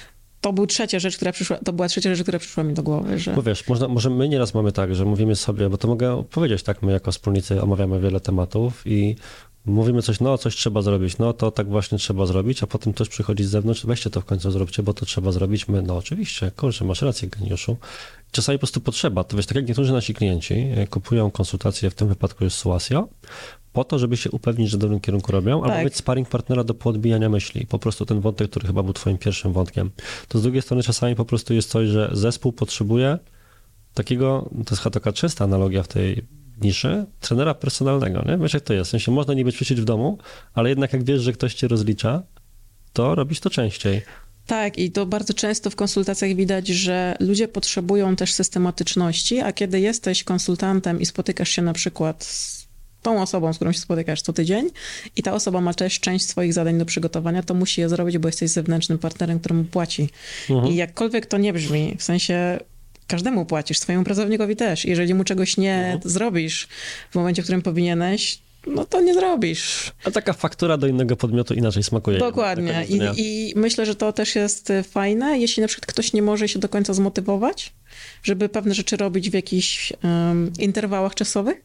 To była trzecia rzecz, która przyszła mi do głowy, że... Bo wiesz, może my nieraz mamy tak, że mówimy sobie, bo to mogę powiedzieć tak, my jako wspólnicy omawiamy wiele tematów i mówimy coś, no coś trzeba zrobić, no to tak właśnie trzeba zrobić, a potem ktoś przychodzi z zewnątrz, weźcie to w końcu zróbcie, bo to trzeba zrobić. My, no oczywiście, kurczę, masz rację, geniuszu. Czasami po prostu potrzeba. To wiesz, tak jak niektórzy nasi klienci kupują konsultacje, w tym wypadku jest Suasio, po to, żeby się upewnić, że w dobrym kierunku robią, albo mieć sparring partnera do poodbijania myśli. Po prostu ten wątek, który chyba był twoim pierwszym wątkiem. To z drugiej strony czasami po prostu jest coś, że zespół potrzebuje takiego, to jest taka czysta analogia w tej niszy, trenera personalnego, nie? Wiesz jak to jest, w sensie można niby ćwiczyć w domu, ale jednak jak wiesz, że ktoś cię rozlicza, to robisz to częściej. Tak, i to bardzo często w konsultacjach widać, że ludzie potrzebują też systematyczności, a kiedy jesteś konsultantem i spotykasz się na przykład z tą osobą, z którą się spotykasz co tydzień i ta osoba ma też część swoich zadań do przygotowania, to musi je zrobić, bo jesteś zewnętrznym partnerem, któremu płaci. I jakkolwiek to nie brzmi, w sensie każdemu płacisz, swojemu pracownikowi też. Jeżeli mu czegoś nie zrobisz w momencie, w którym powinieneś, no to nie zrobisz. A taka faktura do innego podmiotu inaczej smakuje. Dokładnie. I myślę, że to też jest fajne, jeśli na przykład ktoś nie może się do końca zmotywować, żeby pewne rzeczy robić w jakichś interwałach czasowych.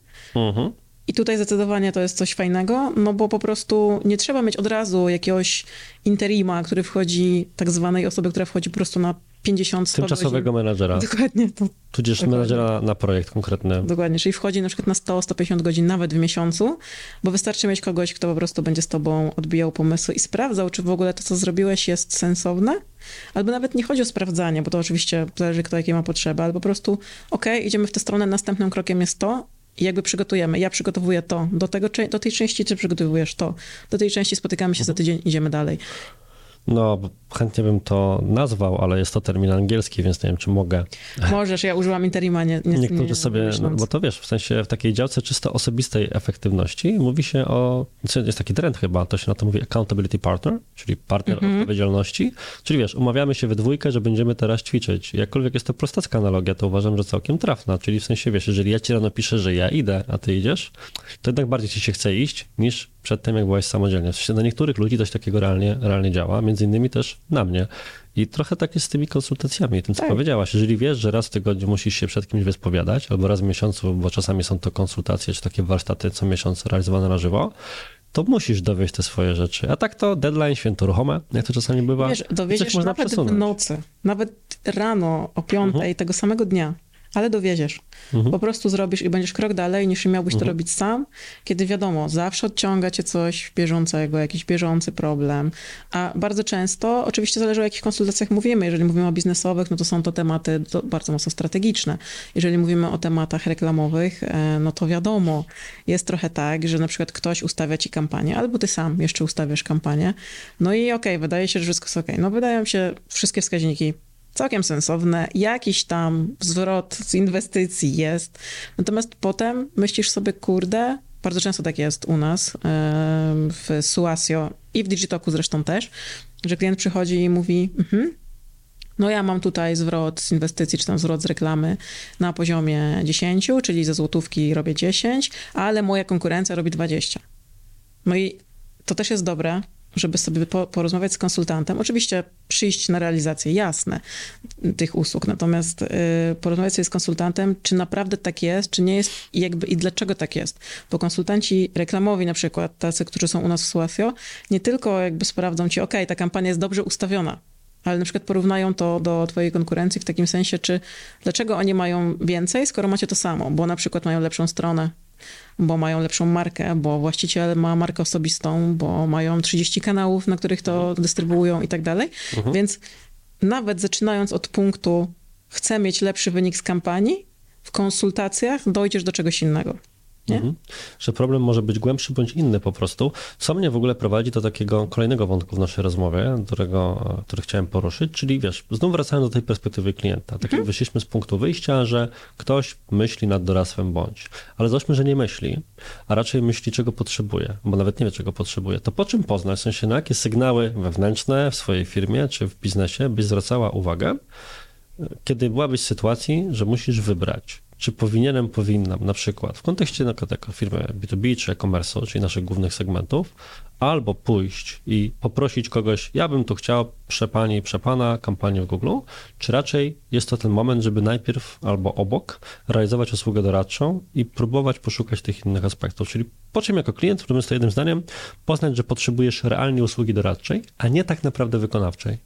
I tutaj zdecydowanie to jest coś fajnego, no bo po prostu nie trzeba mieć od razu jakiegoś interima, który wchodzi, tak zwanej osoby, która wchodzi po prostu na 50-100 tymczasowego godzin. menadżera. Dokładnie. Tudzież menadżera na projekt konkretny. Dokładnie, czyli wchodzi na przykład na 100-150 godzin nawet w miesiącu, bo wystarczy mieć kogoś, kto po prostu będzie z tobą odbijał pomysły i sprawdzał, czy w ogóle to, co zrobiłeś, jest sensowne. Albo nawet nie chodzi o sprawdzanie, bo to oczywiście zależy, kto jakie ma potrzeby, ale po prostu idziemy w tę stronę, następnym krokiem jest to, i jakby przygotujemy. Ja przygotowuję to. Do tej części ty przygotowujesz to. Do tej części spotykamy się za tydzień, idziemy dalej. No, chętnie bym to nazwał, ale jest to termin angielski, więc nie wiem, czy mogę. Możesz, ja używam interima, Niektórzy sobie, bo to wiesz, w sensie w takiej działce czysto osobistej efektywności mówi się o, jest taki trend chyba, to się na to mówi accountability partner, czyli partner odpowiedzialności, czyli wiesz, umawiamy się we dwójkę, że będziemy teraz ćwiczyć. Jakkolwiek jest to prostacka analogia, to uważam, że całkiem trafna, czyli w sensie, wiesz, jeżeli ja ci rano piszę, że ja idę, a ty idziesz, to jednak bardziej ci się chce iść, niż przed tym, jak byłaś samodzielnie. W sensie na niektórych ludzi coś takiego realnie działa, między innymi też na mnie. I trochę tak jest z tymi konsultacjami, tym co powiedziałaś. Jeżeli wiesz, że raz w tygodniu musisz się przed kimś wyspowiadać, albo raz w miesiącu, bo czasami są to konsultacje, czy takie warsztaty co miesiąc realizowane na żywo, to musisz dowieść te swoje rzeczy. A tak to deadline, święto ruchome, jak to czasami bywa. Wiesz, dowieziesz nawet w nocy, nawet rano o 5:00 tego samego dnia. Ale dowieziesz. Po prostu zrobisz i będziesz krok dalej, niż miałbyś to robić sam, kiedy wiadomo, zawsze odciąga cię coś bieżącego, jakiś bieżący problem. A bardzo często, oczywiście zależy o jakich konsultacjach mówimy. Jeżeli mówimy o biznesowych, no to są to tematy bardzo mocno strategiczne. Jeżeli mówimy o tematach reklamowych, no to wiadomo, jest trochę tak, że na przykład ktoś ustawia ci kampanię, albo ty sam jeszcze ustawiasz kampanię. No i wydaje się, że wszystko jest okej. No wydają się wszystkie wskaźniki całkiem sensowne, jakiś tam zwrot z inwestycji jest. Natomiast potem myślisz sobie, kurde, bardzo często tak jest u nas w Suasio i w Digitoku zresztą też, że klient przychodzi i mówi, no ja mam tutaj zwrot z inwestycji, czy tam zwrot z reklamy na poziomie 10, czyli ze złotówki robię 10, ale moja konkurencja robi 20. No i to też jest dobre, żeby sobie porozmawiać z konsultantem. Oczywiście przyjść na realizację, jasne, tych usług, natomiast porozmawiać sobie z konsultantem, czy naprawdę tak jest, czy nie jest i dlaczego tak jest. Bo konsultanci reklamowi na przykład, tacy, którzy są u nas w Suafio, nie tylko jakby sprawdzą ci, ta kampania jest dobrze ustawiona, ale na przykład porównają to do twojej konkurencji w takim sensie, dlaczego oni mają więcej, skoro macie to samo, bo na przykład mają lepszą stronę, bo mają lepszą markę, bo właściciel ma markę osobistą, bo mają 30 kanałów, na których to dystrybuują i tak dalej. Więc nawet zaczynając od punktu chcę mieć lepszy wynik z kampanii, w konsultacjach dojdziesz do czegoś innego. Nie? Że problem może być głębszy bądź inny po prostu. Co mnie w ogóle prowadzi do takiego kolejnego wątku w naszej rozmowie, który chciałem poruszyć, czyli znów wracając do tej perspektywy klienta. Tak jak wyszliśmy z punktu wyjścia, że ktoś myśli nad doradztwem bądź, ale załóżmy, że nie myśli, a raczej myśli, czego potrzebuje, bo nawet nie wie, czego potrzebuje. To po czym poznać, w sensie na jakie sygnały wewnętrzne w swojej firmie czy w biznesie byś zwracała uwagę, kiedy byłabyś w sytuacji, że musisz wybrać, czy powinnam na przykład w kontekście firmy B2B czy e-commerce, czyli naszych głównych segmentów, albo pójść i poprosić kogoś, ja bym tu chciał przepana kampanię w Google, czy raczej jest to ten moment, żeby najpierw albo obok realizować usługę doradczą i próbować poszukać tych innych aspektów, czyli po czym jako klient, mówiąc to jednym zdaniem, poznać, że potrzebujesz realnie usługi doradczej, a nie tak naprawdę wykonawczej.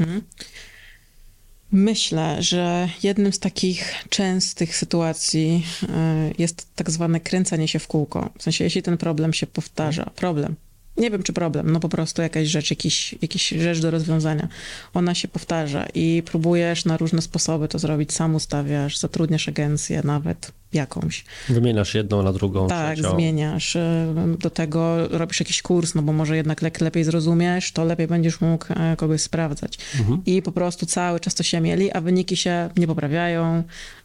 Myślę, że jednym z takich częstych sytuacji jest tak zwane kręcenie się w kółko. W sensie, jeśli ten problem się powtarza, nie wiem czy problem, no po prostu jakaś rzecz, jakiś rzecz do rozwiązania, ona się powtarza i próbujesz na różne sposoby to zrobić, sam ustawiasz, zatrudniasz agencję nawet jakąś. Wymieniasz jedną na drugą. Tak, trzecią. zmieniasz. Do tego robisz jakiś kurs, no bo może jednak lepiej zrozumiesz, to lepiej będziesz mógł kogoś sprawdzać. I po prostu cały czas to się mieli, a wyniki się nie poprawiają.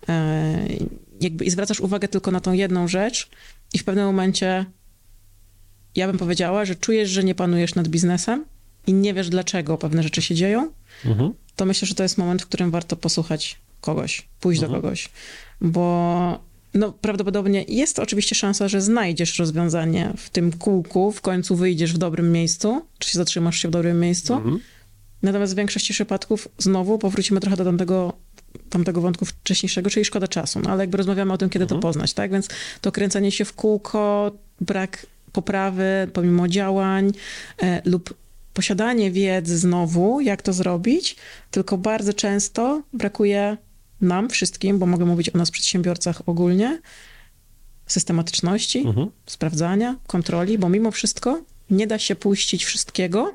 I zwracasz uwagę tylko na tą jedną rzecz i w pewnym momencie ja bym powiedziała, że czujesz, że nie panujesz nad biznesem i nie wiesz, dlaczego pewne rzeczy się dzieją, to myślę, że to jest moment, w którym warto posłuchać kogoś, pójść do kogoś, bo prawdopodobnie jest oczywiście szansa, że znajdziesz rozwiązanie w tym kółku, w końcu wyjdziesz w dobrym miejscu, czy się zatrzymasz się w dobrym miejscu. Natomiast w większości przypadków znowu powrócimy trochę do tamtego wątku wcześniejszego, czyli szkoda czasu. No ale jakby rozmawiamy o tym, kiedy to poznać, tak? Więc to kręcenie się w kółko, brak poprawy pomimo działań lub posiadanie wiedzy znowu, jak to zrobić, tylko bardzo często brakuje nam wszystkim, bo mogę mówić o nas przedsiębiorcach ogólnie, systematyczności, sprawdzania, kontroli, bo mimo wszystko nie da się puścić wszystkiego,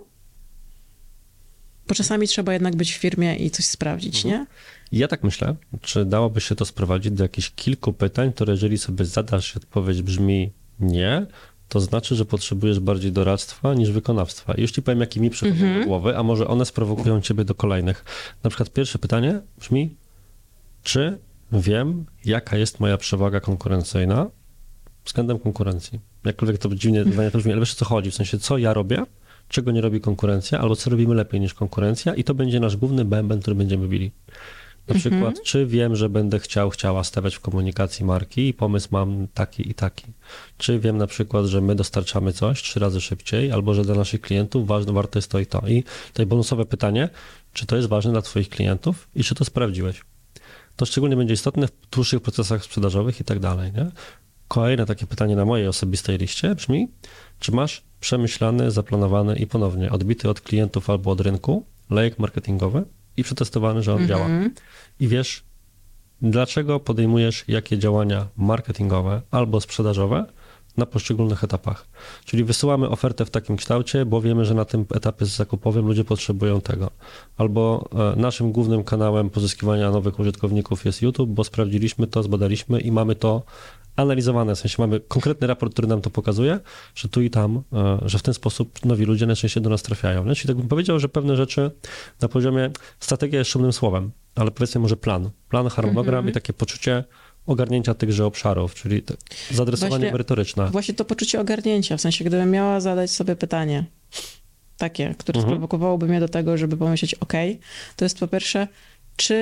bo czasami trzeba jednak być w firmie i coś sprawdzić, nie? Ja tak myślę, czy dałoby się to sprowadzić do jakichś kilku pytań, które jeżeli sobie zadasz, odpowiedź brzmi nie, to znaczy, że potrzebujesz bardziej doradztwa niż wykonawstwa. I już ci powiem, jakie mi przychodzą do głowy, a może one sprowokują ciebie do kolejnych. Na przykład pierwsze pytanie brzmi, czy wiem, jaka jest moja przewaga konkurencyjna względem konkurencji? Jakkolwiek to dziwnie brzmi, ale wiesz, o co chodzi? W sensie, co ja robię, czego nie robi konkurencja, albo co robimy lepiej niż konkurencja i to będzie nasz główny bęben, który będziemy bili. Na przykład, czy wiem, że będę chciała stawiać w komunikacji marki i pomysł mam taki i taki. Czy wiem na przykład, że my dostarczamy coś 3 razy szybciej, albo że dla naszych klientów warte jest to i to. I tutaj bonusowe pytanie, czy to jest ważne dla twoich klientów i czy to sprawdziłeś? To szczególnie będzie istotne w dłuższych procesach sprzedażowych i tak dalej, nie? Kolejne takie pytanie na mojej osobistej liście brzmi, czy masz przemyślany, zaplanowany i ponownie odbity od klientów albo od rynku lejek marketingowy i przetestowany, że on działa. I wiesz, dlaczego podejmujesz jakie działania marketingowe albo sprzedażowe na poszczególnych etapach. Czyli wysyłamy ofertę w takim kształcie, bo wiemy, że na tym etapie zakupowym ludzie potrzebują tego. Albo naszym głównym kanałem pozyskiwania nowych użytkowników jest YouTube, bo sprawdziliśmy to, zbadaliśmy i mamy to analizowane, w sensie mamy konkretny raport, który nam to pokazuje, że tu i tam, że w ten sposób nowi ludzie najczęściej do nas trafiają. Nie? Czyli tak bym powiedział, że pewne rzeczy na poziomie, strategia jest szumnym słowem, ale powiedzmy może plan, harmonogram i takie poczucie ogarnięcia tychże obszarów, czyli zaadresowanie merytoryczne. Właśnie to poczucie ogarnięcia, w sensie gdybym miała zadać sobie pytanie takie, które sprowokowałoby mnie do tego, żeby pomyśleć, to jest po pierwsze, czy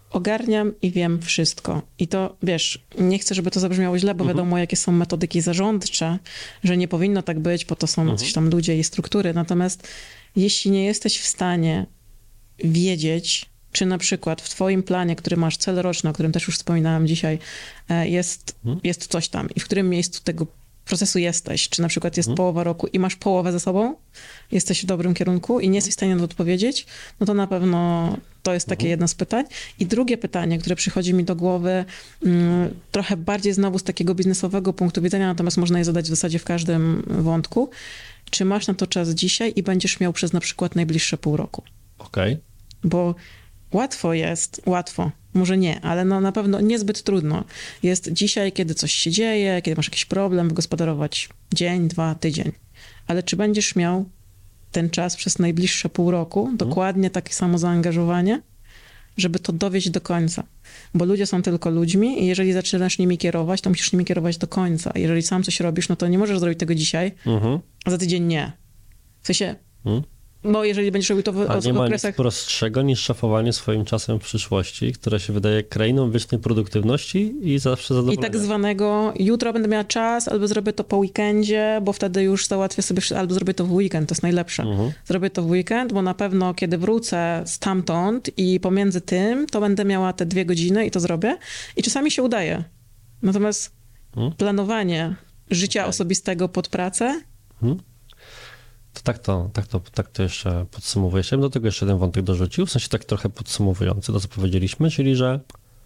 ogarniam i wiem wszystko. I to, wiesz, nie chcę, żeby to zabrzmiało źle, bo wiadomo, jakie są metodyki zarządcze, że nie powinno tak być, bo to są coś tam ludzie i struktury. Natomiast jeśli nie jesteś w stanie wiedzieć, czy na przykład w twoim planie, który masz cel roczny, o którym też już wspominałam dzisiaj, jest coś tam i w którym miejscu tego procesu jesteś, czy na przykład jest połowa roku i masz połowę za sobą, jesteś w dobrym kierunku i nie jesteś w stanie na to odpowiedzieć, no to na pewno to jest takie jedno z pytań. I drugie pytanie, które przychodzi mi do głowy, trochę bardziej znowu z takiego biznesowego punktu widzenia, natomiast można je zadać w zasadzie w każdym wątku. Czy masz na to czas dzisiaj i będziesz miał przez na przykład najbliższe pół roku? Okej. Bo łatwo, może nie, ale no na pewno niezbyt trudno jest dzisiaj, kiedy coś się dzieje, kiedy masz jakiś problem, wygospodarować dzień, 2, tydzień. Ale czy będziesz miał ten czas przez najbliższe pół roku, dokładnie takie samo zaangażowanie, żeby to dowieść do końca? Bo ludzie są tylko ludźmi i jeżeli zaczynasz nimi kierować, to musisz nimi kierować do końca. Jeżeli sam coś robisz, no to nie możesz zrobić tego dzisiaj, a za tydzień nie. W sensie... Bo jeżeli będziesz robił to w okresach... A nie ma nic prostszego niż szafowanie swoim czasem w przyszłości, które się wydaje krainą wiecznej produktywności i zawsze zadowolenia. I tak zwanego jutro będę miała czas, albo zrobię to po weekendzie, bo wtedy już załatwię sobie, albo zrobię to w weekend, to jest najlepsze. Zrobię to w weekend, bo na pewno kiedy wrócę stamtąd i pomiędzy tym, to będę miała te 2 godziny i to zrobię. I czasami się udaje. Natomiast planowanie życia osobistego pod pracę... To tak to jeszcze podsumowuję. Ja bym do tego jeszcze jeden wątek dorzucił, w sensie tak trochę podsumowujący to, co powiedzieliśmy, czyli że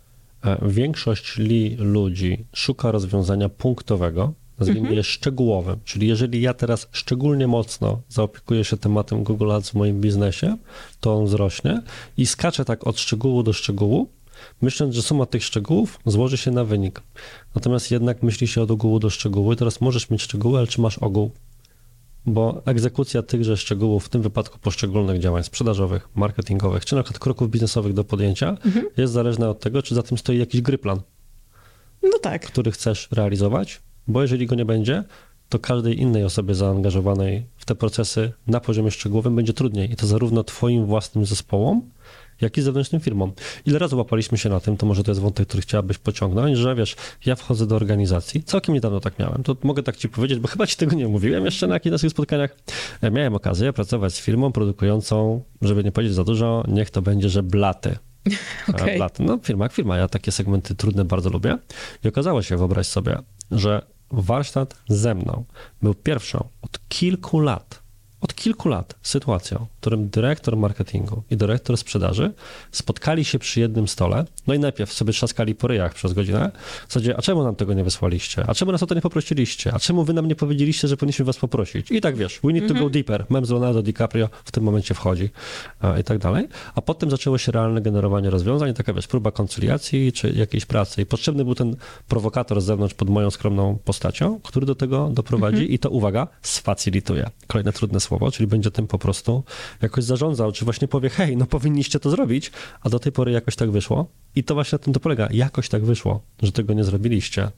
większość ludzi szuka rozwiązania punktowego, nazwijmy je szczegółowym, czyli jeżeli ja teraz szczególnie mocno zaopiekuję się tematem Google Ads w moim biznesie, to on wzrośnie i skacze tak od szczegółu do szczegółu, myśląc, że suma tych szczegółów złoży się na wynik. Natomiast jednak myśli się od ogółu do szczegółu i teraz możesz mieć szczegóły, ale czy masz ogół? Bo egzekucja tychże szczegółów, w tym wypadku poszczególnych działań sprzedażowych, marketingowych, czy na przykład kroków biznesowych do podjęcia, jest zależna od tego, czy za tym stoi jakiś gry plan, no tak, który chcesz realizować, bo jeżeli go nie będzie, to każdej innej osobie zaangażowanej w te procesy na poziomie szczegółowym będzie trudniej i to zarówno twoim własnym zespołom, jak i zewnętrznym firmom. Ile razy łapaliśmy się na tym, to może to jest wątek, który chciałabyś pociągnąć, że wiesz, ja wchodzę do organizacji, całkiem niedawno tak miałem, to mogę tak ci powiedzieć, bo chyba ci tego nie mówiłem jeszcze na jakichś naszych spotkaniach. Miałem okazję pracować z firmą produkującą, żeby nie powiedzieć za dużo, niech to będzie, że blaty. Okay. Blaty. No firma jak firma, ja takie segmenty trudne bardzo lubię i okazało się, wyobraź sobie, że warsztat ze mną był pierwszą od kilku lat sytuacją, w którym dyrektor marketingu i dyrektor sprzedaży spotkali się przy jednym stole, no i najpierw sobie trzaskali po ryjach przez godzinę, w zasadzie, a czemu nam tego nie wysłaliście? A czemu nas o to nie poprosiliście? A czemu wy nam nie powiedzieliście, że powinniśmy was poprosić? I tak wiesz, we need to go deeper, mem z Leonardo DiCaprio w tym momencie wchodzi i tak dalej. A potem zaczęło się realne generowanie rozwiązań, taka wiesz, próba koncyliacji czy jakiejś pracy i potrzebny był ten prowokator z zewnątrz pod moją skromną postacią, który do tego doprowadzi i to, uwaga, sfacilituje. Kolejne trudne słowo, czyli będzie tym po prostu jakoś zarządzał, czy właśnie powie, hej, no powinniście to zrobić, a do tej pory jakoś tak wyszło. I to właśnie na tym to polega. Jakoś tak wyszło, że tego nie zrobiliście.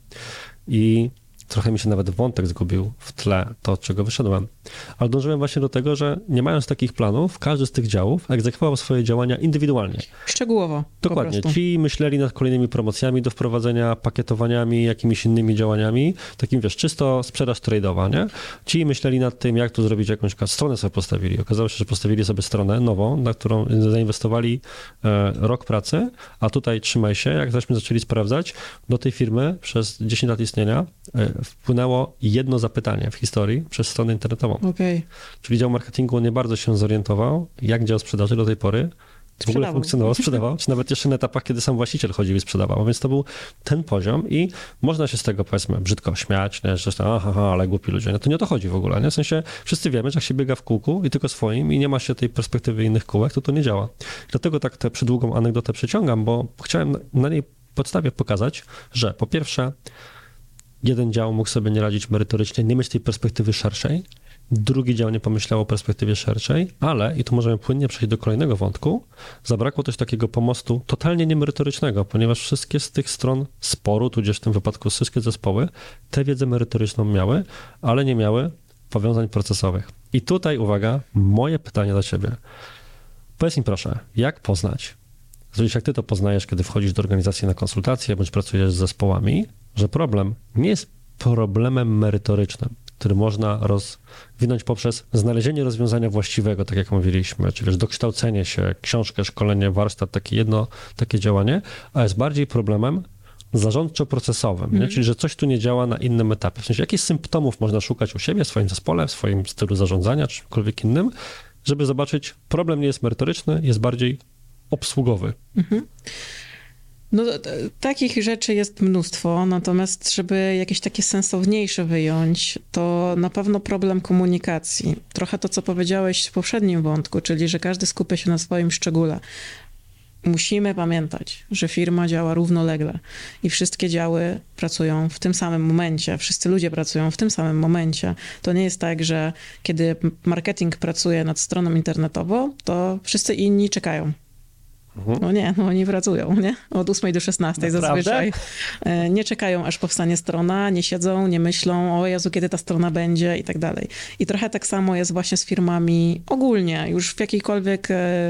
I trochę mi się nawet wątek zgubił w tle, to od czego wyszedłem. Ale dążyłem właśnie do tego, że nie mając takich planów, każdy z tych działów egzekwował swoje działania indywidualnie. Szczegółowo. Dokładnie. Ci myśleli nad kolejnymi promocjami do wprowadzenia, pakietowaniami, jakimiś innymi działaniami, takim wiesz, czysto sprzedaż trade'owa, nie? Ci myśleli nad tym, jak tu zrobić jakąś stronę sobie postawili. Okazało się, że postawili sobie stronę nową, na którą zainwestowali rok pracy, a tutaj trzymaj się, jak żeśmy zaczęli sprawdzać, do tej firmy przez 10 lat istnienia wpłynęło jedno zapytanie w historii przez stronę internetową. Okay. Czyli dział marketingu nie bardzo się zorientował, jak dział sprzedaży do tej pory w ogóle funkcjonował, sprzedawał, czy nawet jeszcze na etapach, kiedy sam właściciel chodził i sprzedawał. Więc to był ten poziom i można się z tego, powiedzmy, brzydko śmiać, nie? Że ale głupi ludzie. No to nie o to chodzi w ogóle, nie? W sensie wszyscy wiemy, że jak się biega w kółku i tylko swoim i nie ma się tej perspektywy innych kółek, to nie działa. Dlatego tak tę przydługą anegdotę przeciągam, bo chciałem na niej podstawie pokazać, że po pierwsze jeden dział mógł sobie nie radzić merytorycznie, nie mieć tej perspektywy szerszej, drugi dział nie pomyślał o perspektywie szerszej, ale, i tu możemy płynnie przejść do kolejnego wątku, zabrakło też takiego pomostu totalnie niemerytorycznego, ponieważ wszystkie z tych stron sporu, tudzież w tym wypadku wszystkie zespoły, tę wiedzę merytoryczną miały, ale nie miały powiązań procesowych. I tutaj, uwaga, moje pytanie do ciebie. Powiedz mi proszę, jak poznać Zresztą jak ty to poznajesz, kiedy wchodzisz do organizacji na konsultacje, bądź pracujesz z zespołami, że problem nie jest problemem merytorycznym, który można rozwinąć poprzez znalezienie rozwiązania właściwego, tak jak mówiliśmy, czyli dokształcenie się, książkę, szkolenie, warsztat, takie działanie, a jest bardziej problemem zarządczo-procesowym, nie? Czyli że coś tu nie działa na innym etapie. W sensie, jakich symptomów można szukać u siebie, w swoim zespole, w swoim stylu zarządzania, czy czymkolwiek innym, żeby zobaczyć, problem nie jest merytoryczny, jest bardziej obsługowy. No, takich rzeczy jest mnóstwo, natomiast żeby jakieś takie sensowniejsze wyjąć, to na pewno problem komunikacji. Trochę to, co powiedziałeś w poprzednim wątku, czyli że każdy skupia się na swoim szczególe. Musimy pamiętać, że firma działa równolegle i wszystkie działy pracują w tym samym momencie, wszyscy ludzie pracują w tym samym momencie. To nie jest tak, że kiedy marketing pracuje nad stroną internetową, to wszyscy inni czekają. No nie, no oni pracują, nie? Od 8 do 16 zazwyczaj. Nie czekają, aż powstanie strona, nie siedzą, nie myślą, o Jezu, kiedy ta strona będzie i tak dalej. I trochę tak samo jest właśnie z firmami ogólnie, już w jakiejkolwiek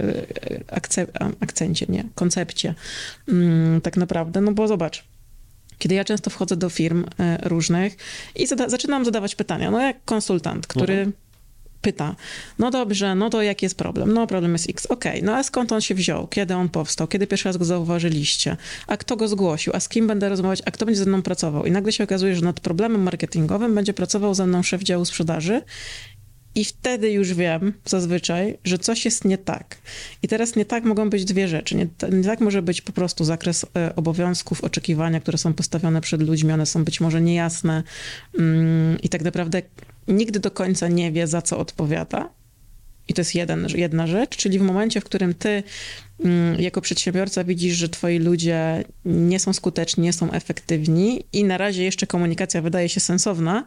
akcencie, nie, koncepcie tak naprawdę, no bo zobacz, kiedy ja często wchodzę do firm różnych i zaczynam zadawać pytania, no jak konsultant, który pyta, no dobrze, no to jaki jest problem? No problem jest X, okej, no a skąd on się wziął? Kiedy on powstał? Kiedy pierwszy raz go zauważyliście? A kto go zgłosił? A z kim będę rozmawiać? A kto będzie ze mną pracował? I nagle się okazuje, że nad problemem marketingowym będzie pracował ze mną szef działu sprzedaży i wtedy już wiem zazwyczaj, że coś jest nie tak. I teraz nie tak mogą być dwie rzeczy. Nie tak może być po prostu zakres obowiązków, oczekiwania, które są postawione przed ludźmi, one są być może niejasne i tak naprawdę nigdy do końca nie wie, za co odpowiada. I to jest jedna rzecz, czyli w momencie, w którym ty jako przedsiębiorca widzisz, że twoi ludzie nie są skuteczni, nie są efektywni i na razie jeszcze komunikacja wydaje się sensowna,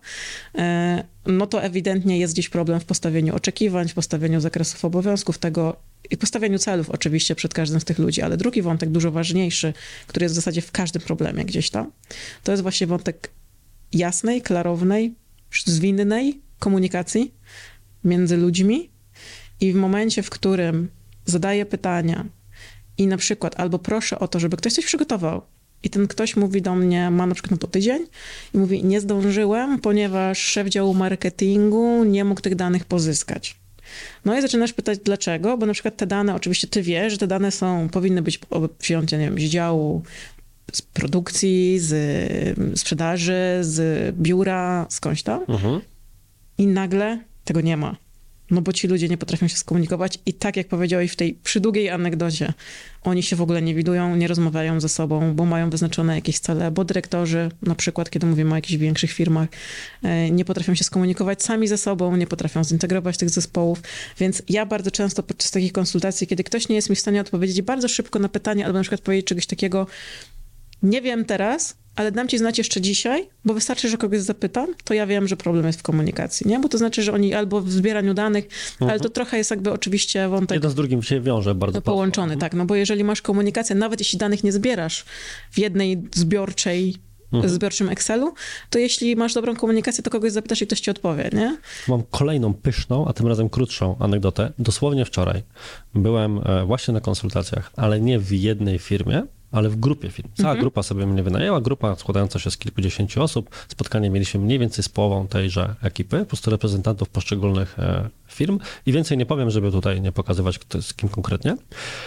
no to ewidentnie jest gdzieś problem w postawieniu oczekiwań, w postawieniu zakresów obowiązków tego i postawieniu celów oczywiście przed każdym z tych ludzi. Ale drugi wątek, dużo ważniejszy, który jest w zasadzie w każdym problemie gdzieś tam, to jest właśnie wątek jasnej, klarownej, zwinnej komunikacji między ludźmi i w momencie, w którym zadaję pytania i na przykład albo proszę o to, żeby ktoś coś przygotował i ten ktoś mówi do mnie, ma na przykład na to tydzień i mówi, nie zdążyłem, ponieważ szef działu marketingu nie mógł tych danych pozyskać. No i zaczynasz pytać dlaczego, bo na przykład te dane, oczywiście ty wiesz, że te dane powinny być wzięte, nie wiem, z działu, z produkcji, z sprzedaży, z biura, skądś tam. I nagle tego nie ma. No bo ci ludzie nie potrafią się skomunikować i tak jak powiedziałeś w tej przydługiej anegdocie, oni się w ogóle nie widują, nie rozmawiają ze sobą, bo mają wyznaczone jakieś cele, bo dyrektorzy, na przykład kiedy mówimy o jakichś większych firmach, nie potrafią się skomunikować sami ze sobą, nie potrafią zintegrować tych zespołów, więc ja bardzo często podczas takich konsultacji, kiedy ktoś nie jest mi w stanie odpowiedzieć bardzo szybko na pytanie, albo na przykład powiedzieć czegoś takiego, nie wiem teraz, ale dam ci znać jeszcze dzisiaj, bo wystarczy, że kogoś zapytam, to ja wiem, że problem jest w komunikacji, nie? Bo to znaczy, że oni albo w zbieraniu danych, ale to trochę jest jakby oczywiście wątek... Jedno z drugim się wiąże bardzo połączony, tak, no bo jeżeli masz komunikację, nawet jeśli danych nie zbierasz w jednej zbiorczym Excelu, to jeśli masz dobrą komunikację, to kogoś zapytasz i ktoś ci odpowie, nie? Mam kolejną pyszną, a tym razem krótszą anegdotę. Dosłownie wczoraj byłem właśnie na konsultacjach, ale nie w jednej firmie, ale w grupie firm. Cała grupa sobie mnie wynajęła, grupa składająca się z kilkudziesięciu osób. Spotkanie mieliśmy mniej więcej z połową tejże ekipy, po prostu reprezentantów poszczególnych firm i więcej nie powiem, żeby tutaj nie pokazywać z kim konkretnie.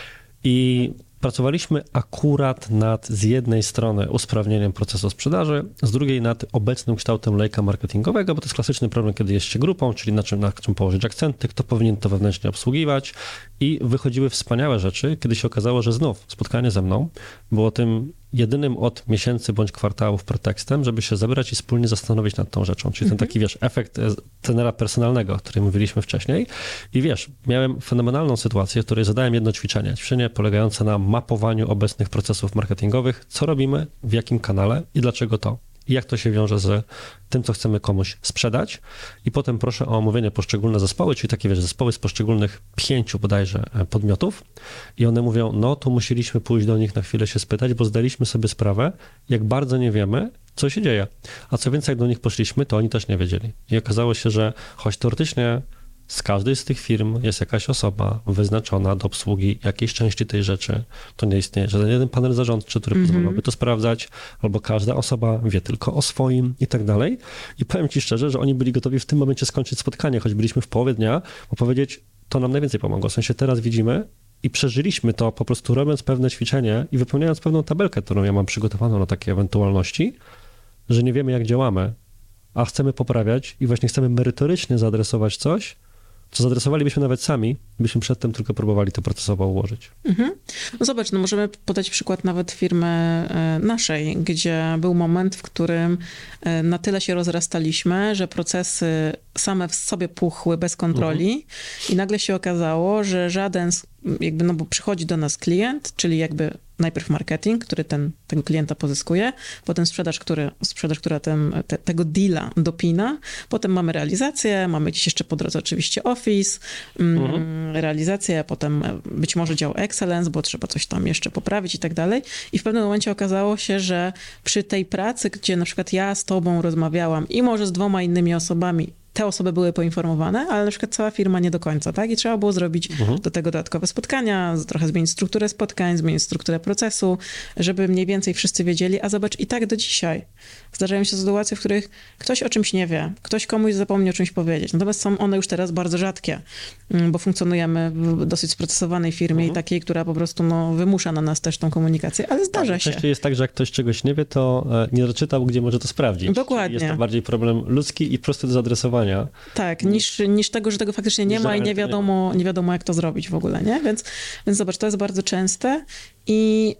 I pracowaliśmy akurat nad z jednej strony usprawnieniem procesu sprzedaży, z drugiej nad obecnym kształtem lejka marketingowego, bo to jest klasyczny problem, kiedy jest się grupą, czyli na czym położyć akcenty, kto powinien to wewnętrznie obsługiwać i wychodziły wspaniałe rzeczy, kiedy się okazało, że znów spotkanie ze mną było tym jedynym od miesięcy bądź kwartałów pretekstem, żeby się zebrać i wspólnie zastanowić nad tą rzeczą, czyli ten taki, efekt trenera personalnego, o którym mówiliśmy wcześniej i miałem fenomenalną sytuację, w której zadałem jedno ćwiczenie polegające na mapowaniu obecnych procesów marketingowych, co robimy, w jakim kanale i dlaczego to. I jak to się wiąże z tym, co chcemy komuś sprzedać. I potem proszę o omówienie poszczególne zespoły, czyli takie, zespoły z poszczególnych 5 bodajże podmiotów. I one mówią, no tu musieliśmy pójść do nich na chwilę się spytać, bo zdaliśmy sobie sprawę, jak bardzo nie wiemy, co się dzieje. A co więcej, jak do nich poszliśmy, to oni też nie wiedzieli. I okazało się, że choć teoretycznie z każdej z tych firm jest jakaś osoba wyznaczona do obsługi jakiejś części tej rzeczy. To nie istnieje żaden jeden panel zarządczy, który pozwalałby to sprawdzać, albo każda osoba wie tylko o swoim i tak dalej. I powiem ci szczerze, że oni byli gotowi w tym momencie skończyć spotkanie, choć byliśmy w połowie dnia, bo powiedzieć, to nam najwięcej pomogło. W sensie teraz widzimy i przeżyliśmy to po prostu robiąc pewne ćwiczenie i wypełniając pewną tabelkę, którą ja mam przygotowaną na takie ewentualności, że nie wiemy, jak działamy, a chcemy poprawiać i właśnie chcemy merytorycznie zaadresować coś, co zaadresowalibyśmy nawet sami, byśmy przedtem tylko próbowali to procesowo ułożyć. No zobacz, no możemy podać przykład nawet firmy naszej, gdzie był moment, w którym na tyle się rozrastaliśmy, że procesy same w sobie puchły bez kontroli i nagle się okazało, że żaden, jakby, no bo przychodzi do nas klient, czyli jakby najpierw marketing, który tego klienta pozyskuje, potem sprzedaż, która tego deala dopina, potem mamy realizację, mamy gdzieś jeszcze po drodze oczywiście Office, realizację, potem być może dział Excellence, bo trzeba coś tam jeszcze poprawić i tak dalej. I w pewnym momencie okazało się, że przy tej pracy, gdzie na przykład ja z tobą rozmawiałam i może z 2 innymi osobami, te osoby były poinformowane, ale na przykład cała firma nie do końca, tak? I trzeba było zrobić do tego dodatkowe spotkania, trochę zmienić strukturę spotkań, zmienić strukturę procesu, żeby mniej więcej wszyscy wiedzieli, a zobacz, i tak do dzisiaj zdarzają się sytuacje, w których ktoś o czymś nie wie, ktoś komuś zapomni o czymś powiedzieć. Natomiast są one już teraz bardzo rzadkie, bo funkcjonujemy w dosyć sprocesowanej firmie i takiej, która po prostu wymusza na nas też tą komunikację, ale zdarza się. Częściej jest tak, że jak ktoś czegoś nie wie, to nie doczytał, gdzie może to sprawdzić. Dokładnie. Czyli jest to bardziej problem ludzki i prosty do zaadresowania. Tak, niż tego, że tego faktycznie nie ma i nie wiadomo, jak to zrobić w ogóle, nie? Więc zobacz, to jest bardzo częste i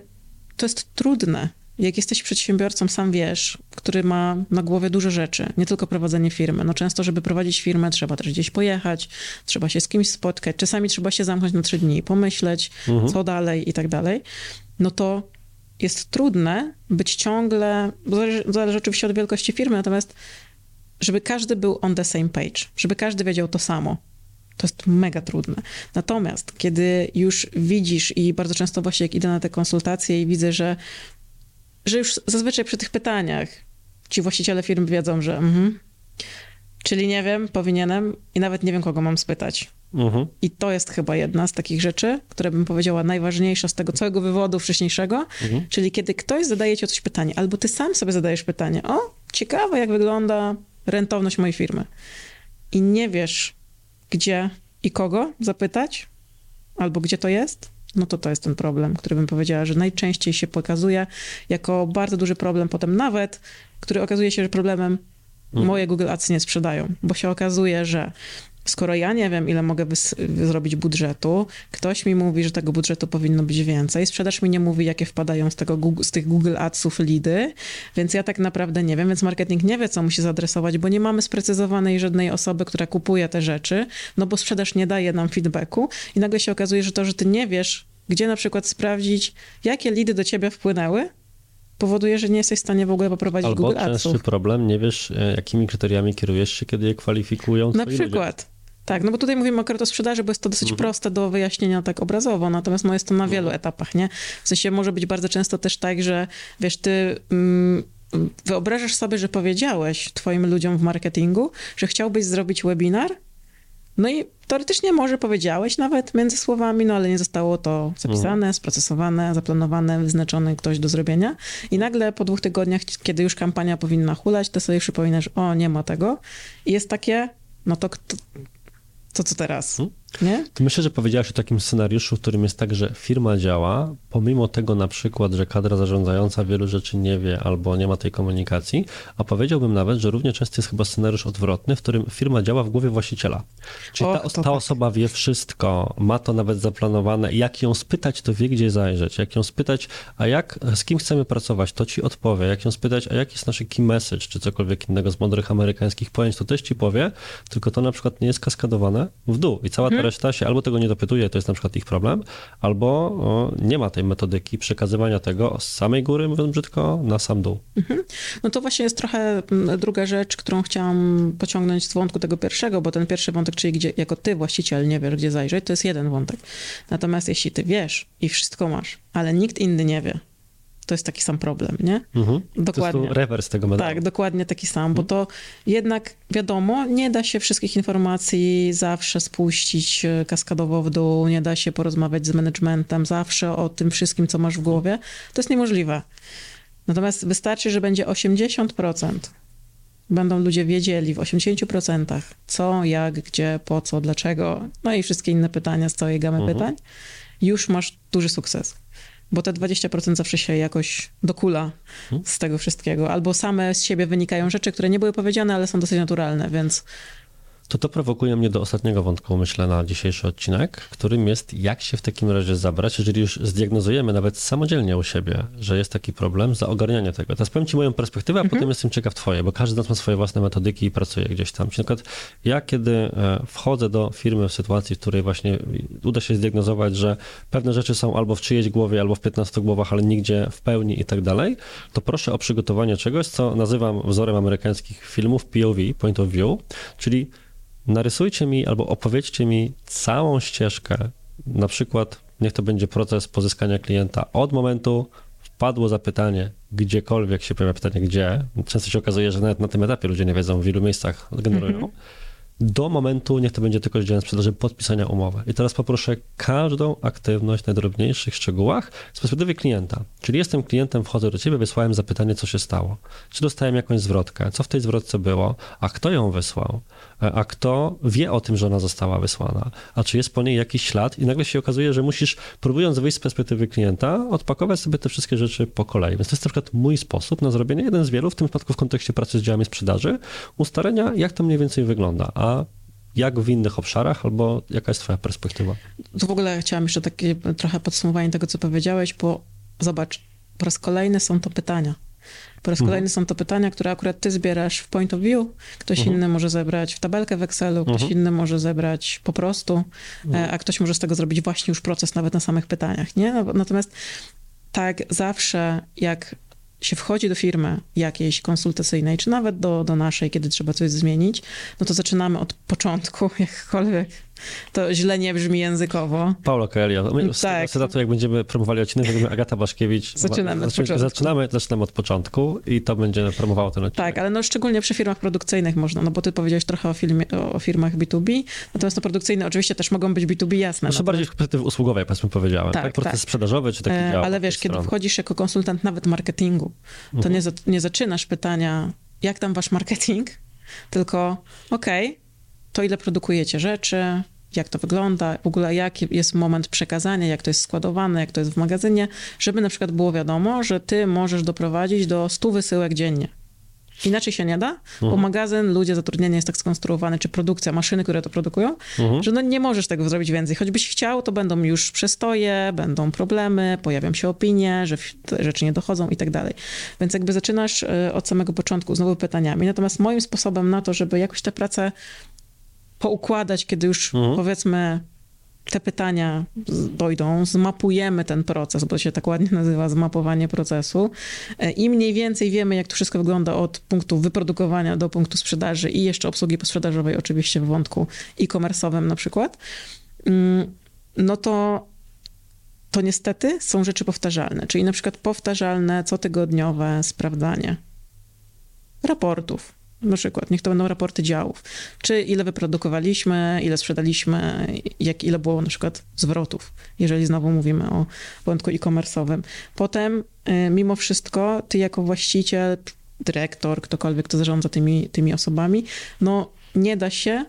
to jest trudne. Jak jesteś przedsiębiorcą, sam wiesz, który ma na głowie dużo rzeczy, nie tylko prowadzenie firmy. No często, żeby prowadzić firmę, trzeba też gdzieś pojechać, trzeba się z kimś spotkać, czasami trzeba się zamknąć na 3 dni, pomyśleć, co dalej i tak dalej. No to jest trudne być ciągle, bo zależy oczywiście od wielkości firmy, natomiast żeby każdy był on the same page, żeby każdy wiedział to samo. To jest mega trudne. Natomiast kiedy już widzisz i bardzo często właśnie jak idę na te konsultacje i widzę, że już zazwyczaj przy tych pytaniach ci właściciele firm wiedzą, że czyli nie wiem, powinienem i nawet nie wiem, kogo mam spytać. I to jest chyba jedna z takich rzeczy, które bym powiedziała najważniejsza z tego całego wywodu wcześniejszego, czyli kiedy ktoś zadaje ci o coś pytanie, albo ty sam sobie zadajesz pytanie, o, ciekawe jak wygląda rentowność mojej firmy i nie wiesz, gdzie i kogo zapytać, albo gdzie to jest, no to jest ten problem, który bym powiedziała, że najczęściej się pokazuje jako bardzo duży problem potem nawet, który okazuje się, że problemem moje Google Ads nie sprzedają, bo się okazuje, że skoro ja nie wiem, ile mogę zrobić budżetu, ktoś mi mówi, że tego budżetu powinno być więcej, sprzedaż mi nie mówi, jakie wpadają z tych Google Adsów lidy, więc ja tak naprawdę nie wiem, więc marketing nie wie, co musi zaadresować, bo nie mamy sprecyzowanej żadnej osoby, która kupuje te rzeczy, no bo sprzedaż nie daje nam feedbacku i nagle się okazuje, że to, że ty nie wiesz, gdzie na przykład sprawdzić, jakie lidy do ciebie wpłynęły, powoduje, że nie jesteś w stanie w ogóle poprowadzić Albo Google Adsów. Albo częstszy problem, nie wiesz, jakimi kryteriami kierujesz się, kiedy je kwalifikują twoi ludzie. Na przykład. Tak, no bo tutaj mówimy akurat o sprzedaży, bo jest to dosyć proste do wyjaśnienia tak obrazowo, natomiast jest to na wielu etapach, nie? W sensie może być bardzo często też tak, że wiesz, ty wyobrażasz sobie, że powiedziałeś twoim ludziom w marketingu, że chciałbyś zrobić webinar, no i teoretycznie może powiedziałeś nawet między słowami, no ale nie zostało to zapisane, sprocesowane, zaplanowane, wyznaczony ktoś do zrobienia i nagle po 2 tygodniach, kiedy już kampania powinna hulać, to sobie przypominasz, o, nie ma tego i jest takie, no to co teraz, nie? Myślę, że powiedziałaś o takim scenariuszu, w którym jest tak, że firma działa, pomimo tego na przykład, że kadra zarządzająca wielu rzeczy nie wie albo nie ma tej komunikacji, a powiedziałbym nawet, że równie często jest chyba scenariusz odwrotny, w którym firma działa w głowie właściciela. Czyli ta osoba wie wszystko, ma to nawet zaplanowane, jak ją spytać, to wie, gdzie zajrzeć, jak ją spytać, z kim chcemy pracować, to ci odpowie, jak ją spytać, a jaki jest nasz key message, czy cokolwiek innego z mądrych amerykańskich pojęć, to też ci powie, tylko to na przykład nie jest kaskadowane w dół i cała ta reszta się albo tego nie dopytuje, to jest na przykład ich problem, albo nie ma tej metodyki przekazywania tego z samej góry, mówiąc brzydko, na sam dół. No to właśnie jest trochę druga rzecz, którą chciałam pociągnąć z wątku tego pierwszego, bo ten pierwszy wątek, czyli gdzie jako ty, właściciel, nie wiesz, gdzie zajrzeć, to jest jeden wątek. Natomiast jeśli ty wiesz i wszystko masz, ale nikt inny nie wie, to jest taki sam problem, nie? Dokładnie. To jest rewers tego medalu. Tak, dokładnie taki sam, bo to jednak wiadomo, nie da się wszystkich informacji zawsze spuścić kaskadowo w dół, nie da się porozmawiać z managementem zawsze o tym wszystkim, co masz w głowie. To jest niemożliwe. Natomiast wystarczy, że będzie 80%. Będą ludzie wiedzieli w 80% co, jak, gdzie, po co, dlaczego, no i wszystkie inne pytania z całej gamy pytań. Już masz duży sukces. Bo te 20% zawsze się jakoś dokula z tego wszystkiego. Albo same z siebie wynikają rzeczy, które nie były powiedziane, ale są dosyć naturalne, więc... To prowokuje mnie do ostatniego wątku, myślę, na dzisiejszy odcinek, którym jest, jak się w takim razie zabrać, jeżeli już zdiagnozujemy nawet samodzielnie u siebie, że jest taki problem, za ogarnianie tego. Teraz powiem ci moją perspektywę, a potem jestem ciekaw twojej, bo każdy z nas ma swoje własne metodyki i pracuje gdzieś tam. Na przykład ja, kiedy wchodzę do firmy w sytuacji, w której właśnie uda się zdiagnozować, że pewne rzeczy są albo w czyjejś głowie, albo w 15 głowach, ale nigdzie w pełni i tak dalej, to proszę o przygotowanie czegoś, co nazywam wzorem amerykańskich filmów POV, Point of View, czyli narysujcie mi albo opowiedzcie mi całą ścieżkę, na przykład niech to będzie proces pozyskania klienta od momentu wpadło zapytanie, gdziekolwiek się pojawia pytanie gdzie, często się okazuje, że nawet na tym etapie ludzie nie wiedzą, w ilu miejscach generują, do momentu, niech to będzie tylko z działem sprzedaży, podpisania umowy. I teraz poproszę każdą aktywność w najdrobniejszych szczegółach z perspektywy klienta. Czyli jestem klientem, wchodzę do ciebie, wysłałem zapytanie, co się stało. Czy dostałem jakąś zwrotkę, co w tej zwrotce było, a kto ją wysłał, a kto wie o tym, że ona została wysłana, a czy jest po niej jakiś ślad i nagle się okazuje, że musisz, próbując wyjść z perspektywy klienta, odpakować sobie te wszystkie rzeczy po kolei. Więc to jest na przykład mój sposób na zrobienie, jeden z wielu, w tym przypadku w kontekście pracy z działami sprzedaży, ustalenia, jak to mniej więcej wygląda, a jak w innych obszarach, albo jaka jest twoja perspektywa? Tu w ogóle chciałam jeszcze takie trochę podsumowanie tego, co powiedziałeś, bo zobacz, po raz kolejny są to pytania. Po raz kolejny są to pytania, które akurat ty zbierasz w point of view, ktoś inny może zebrać w tabelkę w Excelu, ktoś inny może zebrać po prostu, a ktoś może z tego zrobić właśnie już proces nawet na samych pytaniach, nie? Natomiast tak zawsze, jak się wchodzi do firmy jakiejś konsultacyjnej, czy nawet do naszej, kiedy trzeba coś zmienić, no to zaczynamy od początku, jakkolwiek to źle nie brzmi językowo. Paulo Coelho. Tak. Z jak będziemy promowali odcinek, będziemy Agata Baszkiewicz. Zaczynamy od początku. Zaczynamy od początku i to będzie promowało ten odcinek. Tak, ale no szczególnie przy firmach produkcyjnych można, no bo ty powiedziałeś trochę o firmach B2B, natomiast to produkcyjne oczywiście też mogą być B2B, jasne. Znaczy bardziej w perspektywie usługowej, powiedzmy powiedziałem. Tak? Proces sprzedażowy czy taki dział. Ale wiesz, kiedy wchodzisz jako konsultant nawet marketingu, to nie zaczynasz pytania, jak tam wasz marketing, tylko to ile produkujecie rzeczy, jak to wygląda, w ogóle jaki jest moment przekazania, jak to jest składowane, jak to jest w magazynie, żeby na przykład było wiadomo, że ty możesz doprowadzić do 100 wysyłek dziennie. Inaczej się nie da, bo magazyn, ludzie, zatrudnienie jest tak skonstruowane, czy produkcja, maszyny, które to produkują, że no nie możesz tego zrobić więcej. Choćbyś chciał, to będą już przestoje, będą problemy, pojawią się opinie, że te rzeczy nie dochodzą i tak dalej. Więc jakby zaczynasz od samego początku znowu pytaniami. Natomiast moim sposobem na to, żeby jakoś tę pracę poukładać, kiedy już powiedzmy te pytania dojdą, zmapujemy ten proces, bo to się tak ładnie nazywa zmapowanie procesu i mniej więcej wiemy, jak to wszystko wygląda od punktu wyprodukowania do punktu sprzedaży i jeszcze obsługi posprzedażowej oczywiście w wątku e-commerce'owym na przykład, no to niestety są rzeczy powtarzalne, czyli na przykład powtarzalne cotygodniowe sprawdzanie raportów. Na przykład, niech to będą raporty działów. Czy ile wyprodukowaliśmy, ile sprzedaliśmy, ile było na przykład zwrotów, jeżeli znowu mówimy o wątku e-commerce'owym. Potem, mimo wszystko, ty jako właściciel, dyrektor, ktokolwiek, kto zarządza tymi osobami, no nie da się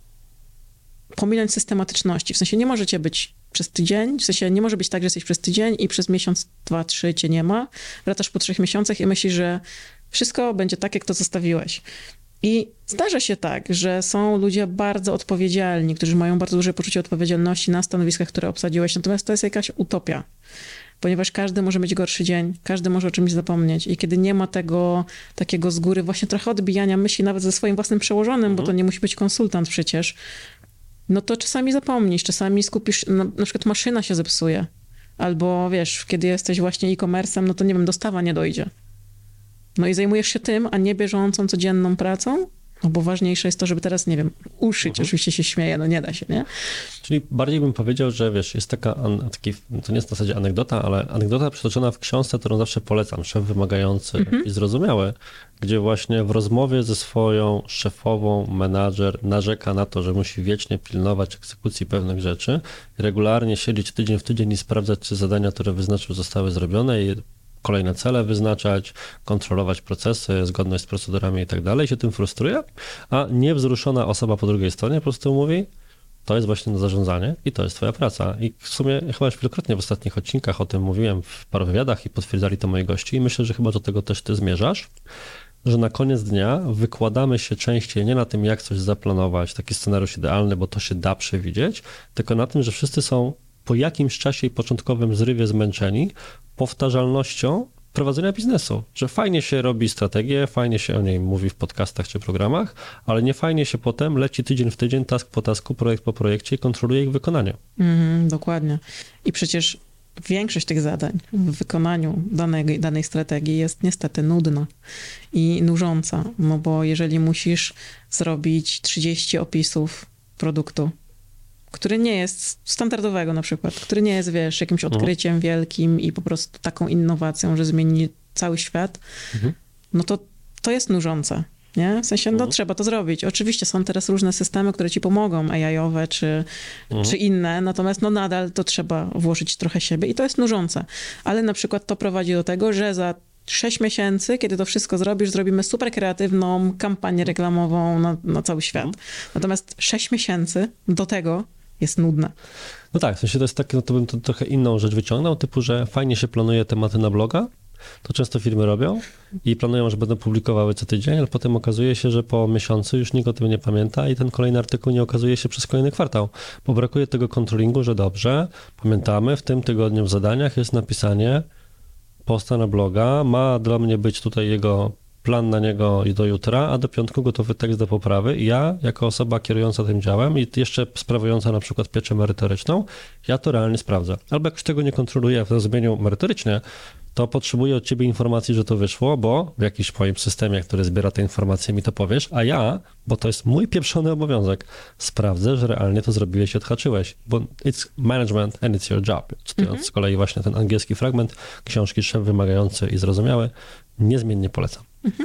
pominąć systematyczności. W sensie nie możecie być przez tydzień, w sensie nie może być tak, że jesteś przez tydzień i przez miesiąc, 2, 3 cię nie ma, wracasz po 3 miesiącach i myślisz, że wszystko będzie tak, jak to zostawiłeś. I zdarza się tak, że są ludzie bardzo odpowiedzialni, którzy mają bardzo duże poczucie odpowiedzialności na stanowiskach, które obsadziłeś, natomiast to jest jakaś utopia, ponieważ każdy może mieć gorszy dzień, każdy może o czymś zapomnieć i kiedy nie ma tego takiego z góry właśnie trochę odbijania myśli nawet ze swoim własnym przełożonym, bo to nie musi być konsultant przecież, no to czasami zapomnisz, czasami skupisz, na przykład maszyna się zepsuje, albo wiesz, kiedy jesteś właśnie e-commerce'em, no to nie wiem, dostawa nie dojdzie. No i zajmujesz się tym, a nie bieżącą, codzienną pracą, No bo ważniejsze jest to, żeby teraz, nie wiem, uszyć, oczywiście się śmieję, no nie da się, nie? Czyli bardziej bym powiedział, że wiesz, jest to nie jest w zasadzie anegdota, ale anegdota przytoczona w książce, którą zawsze polecam, Szef Wymagający i Zrozumiały, gdzie właśnie w rozmowie ze swoją szefową menadżer narzeka na to, że musi wiecznie pilnować egzekucji pewnych rzeczy, regularnie siedzieć tydzień w tydzień i sprawdzać, czy zadania, które wyznaczył, zostały zrobione i kolejne cele wyznaczać, kontrolować procesy, zgodność z procedurami i tak dalej, się tym frustruje, a niewzruszona osoba po drugiej stronie po prostu mówi, to jest właśnie na zarządzanie i to jest twoja praca. I w sumie chyba już wielokrotnie w ostatnich odcinkach o tym mówiłem w paru wywiadach i potwierdzali to moi gości i myślę, że chyba do tego też ty zmierzasz, że na koniec dnia wykładamy się częściej nie na tym, jak coś zaplanować, taki scenariusz idealny, bo to się da przewidzieć, tylko na tym, że wszyscy są po jakimś czasie i początkowym zrywie zmęczeni powtarzalnością prowadzenia biznesu, że fajnie się robi strategię, fajnie się o niej mówi w podcastach czy programach, ale nie fajnie się potem leci tydzień w tydzień, task po tasku, projekt po projekcie i kontroluje ich wykonanie. Dokładnie. I przecież większość tych zadań w wykonaniu danej strategii jest niestety nudna i nużąca, no bo jeżeli musisz zrobić 30 opisów produktu, który nie jest standardowego na przykład, który nie jest, wiesz, jakimś odkryciem wielkim i po prostu taką innowacją, że zmieni cały świat, no to jest nużące, nie? W sensie, no trzeba to zrobić. Oczywiście są teraz różne systemy, które ci pomogą, AI-owe czy inne, natomiast no nadal to trzeba włożyć trochę siebie i to jest nużące. Ale na przykład to prowadzi do tego, że za 6 miesięcy, kiedy to wszystko zrobisz, zrobimy super kreatywną kampanię reklamową na cały świat. Natomiast 6 miesięcy do tego jest nudne. No tak, w sensie to jest takie, no to bym to trochę inną rzecz wyciągnął, typu, że fajnie się planuje tematy na bloga, to często firmy robią i planują, że będą publikowały co tydzień, ale potem okazuje się, że po miesiącu już nikt o tym nie pamięta i ten kolejny artykuł nie okazuje się przez kolejny kwartał, bo brakuje tego kontrolingu, że dobrze, pamiętamy, w tym tygodniu w zadaniach jest napisanie posta na bloga, ma dla mnie być tutaj jego plan na niego i do jutra, a do piątku gotowy tekst do poprawy i ja, jako osoba kierująca tym działem i jeszcze sprawująca na przykład pieczę merytoryczną, ja to realnie sprawdzę. Albo jak już tego nie kontroluję w rozumieniu merytorycznie, to potrzebuję od ciebie informacji, że to wyszło, bo w jakimś moim systemie, który zbiera te informacje, mi to powiesz, a ja, bo to jest mój pieprzony obowiązek, sprawdzę, że realnie to zrobiłeś i odhaczyłeś, bo it's management and it's your job. Cytując z kolei właśnie ten angielski fragment książki Szef Wymagający i Zrozumiały, niezmiennie polecam.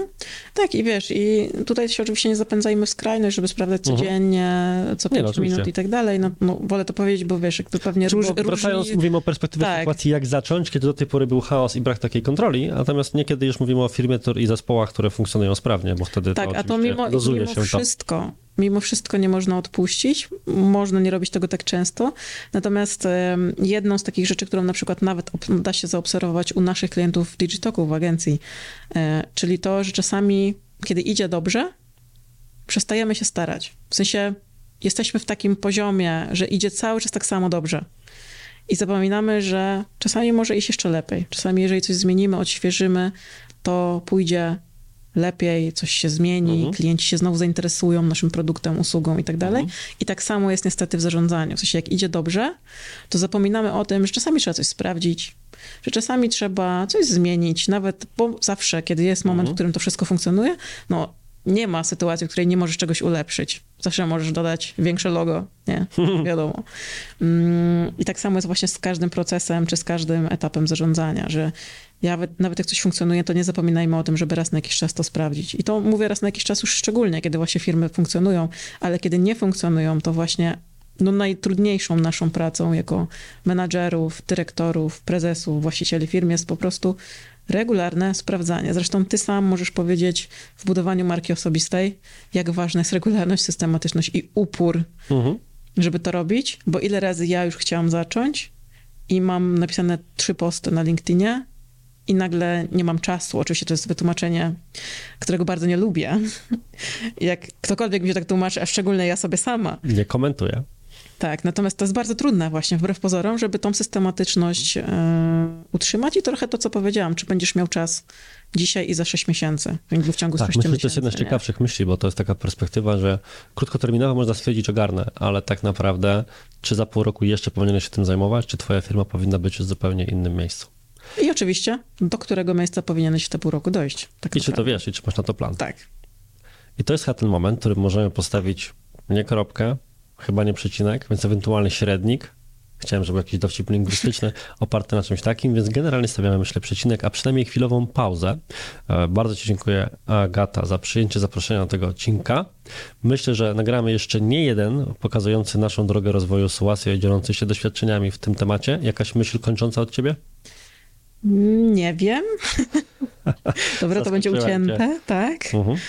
Tak, i wiesz, i tutaj się oczywiście nie zapędzajmy w skrajność, żeby sprawdzać codziennie, co 5 minut i tak dalej. No, wolę to powiedzieć, bo wiesz, jak to pewnie wracając, mówimy o perspektywie sytuacji, jak zacząć, kiedy do tej pory był chaos i brak takiej kontroli, natomiast niekiedy już mówimy o firmie i zespołach, które funkcjonują sprawnie, bo wtedy tak, to a to mimo wszystko nie można odpuścić, można nie robić tego tak często, natomiast jedną z takich rzeczy, którą na przykład nawet da się zaobserwować u naszych klientów w Digitoku, w agencji, czyli to, że czasami, kiedy idzie dobrze, przestajemy się starać. W sensie jesteśmy w takim poziomie, że idzie cały czas tak samo dobrze. I zapominamy, że czasami może iść jeszcze lepiej. Czasami, jeżeli coś zmienimy, odświeżymy, to pójdzie lepiej, coś się zmieni, klienci się znowu zainteresują naszym produktem, usługą i tak dalej. I tak samo jest niestety w zarządzaniu. W sensie, jak idzie dobrze, to zapominamy o tym, że czasami trzeba coś sprawdzić, że czasami trzeba coś zmienić, nawet, bo zawsze, kiedy jest moment, w którym to wszystko funkcjonuje, no nie ma sytuacji, w której nie możesz czegoś ulepszyć. Zawsze możesz dodać większe logo, nie? Wiadomo. I tak samo jest właśnie z każdym procesem, czy z każdym etapem zarządzania, że nawet jak coś funkcjonuje, to nie zapominajmy o tym, żeby raz na jakiś czas to sprawdzić. I to mówię raz na jakiś czas już szczególnie, kiedy właśnie firmy funkcjonują, ale kiedy nie funkcjonują, to właśnie najtrudniejszą naszą pracą jako menadżerów, dyrektorów, prezesów, właścicieli firm jest po prostu regularne sprawdzanie. Zresztą ty sam możesz powiedzieć w budowaniu marki osobistej, jak ważna jest regularność, systematyczność i upór, żeby to robić, bo ile razy ja już chciałam zacząć i mam napisane 3 posty na LinkedInie i nagle nie mam czasu. Oczywiście to jest wytłumaczenie, którego bardzo nie lubię. Jak ktokolwiek mi się tak tłumaczy, a szczególnie ja sobie sama. Nie komentuję. Tak, natomiast to jest bardzo trudne właśnie, wbrew pozorom, żeby tą systematyczność utrzymać i trochę to, co powiedziałam, czy będziesz miał czas dzisiaj i za 6 miesięcy, w ciągu 6 miesięcy. Myślę, że to jest jedna z ciekawszych myśli, bo to jest taka perspektywa, że krótkoterminowo można stwierdzić, ogarnę, ale tak naprawdę, czy za pół roku jeszcze powinieneś się tym zajmować, czy twoja firma powinna być w zupełnie innym miejscu. I oczywiście, do którego miejsca powinieneś w te pół roku dojść. Tak I czy to wiesz, i czy masz na to plan. Tak. I to jest chyba ten moment, w którym możemy postawić nie kropkę, chyba nie przecinek, więc ewentualny średnik. Chciałem, żeby jakiś dowcip lingwistyczny oparty na czymś takim, więc generalnie stawiamy, myślę, przecinek, a przynajmniej chwilową pauzę. Bardzo Ci dziękuję, Agata, za przyjęcie zaproszenia do tego odcinka. Myślę, że nagramy jeszcze nie jeden, pokazujący naszą drogę rozwoju Suasio i dzielący się doświadczeniami w tym temacie. Jakaś myśl kończąca od Ciebie? Nie wiem. Dobra, to będzie ucięte, tak.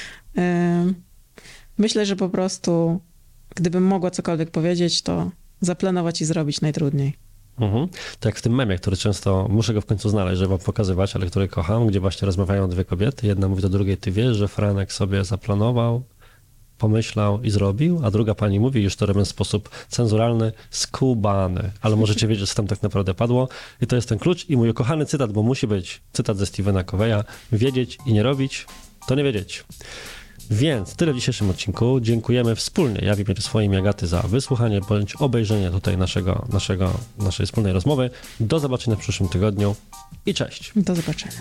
Myślę, że po prostu, gdybym mogła cokolwiek powiedzieć, to zaplanować i zrobić najtrudniej. To jak w tym memie, który często, muszę go w końcu znaleźć, żeby wam pokazywać, ale który kocham, gdzie właśnie rozmawiają dwie kobiety. Jedna mówi do drugiej, ty wiesz, że Franek sobie zaplanował, pomyślał i zrobił, a druga pani mówi, już to robię w sposób cenzuralny, skubany. Ale możecie wiedzieć, co tam tak naprawdę padło. I to jest ten klucz i mój ukochany cytat, bo musi być cytat ze Stephena Coveya. Wiedzieć i nie robić, to nie wiedzieć. Więc tyle w dzisiejszym odcinku. Dziękujemy wspólnie, ja w imieniu swoim Agaty, za wysłuchanie bądź obejrzenie tutaj naszej wspólnej rozmowy. Do zobaczenia w przyszłym tygodniu i cześć. Do zobaczenia.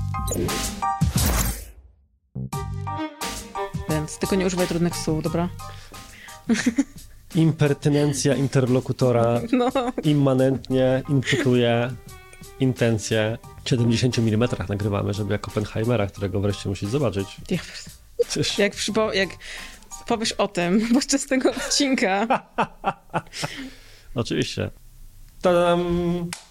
Więc tylko nie używaj trudnych słów, dobra? Impertynencja interlokutora immanentnie imputuje intencje. W 70 mm nagrywamy, żeby jak Oppenheimera, którego wreszcie musisz zobaczyć. Jak powiesz o tym podczas tego odcinka. Oczywiście. Tadam!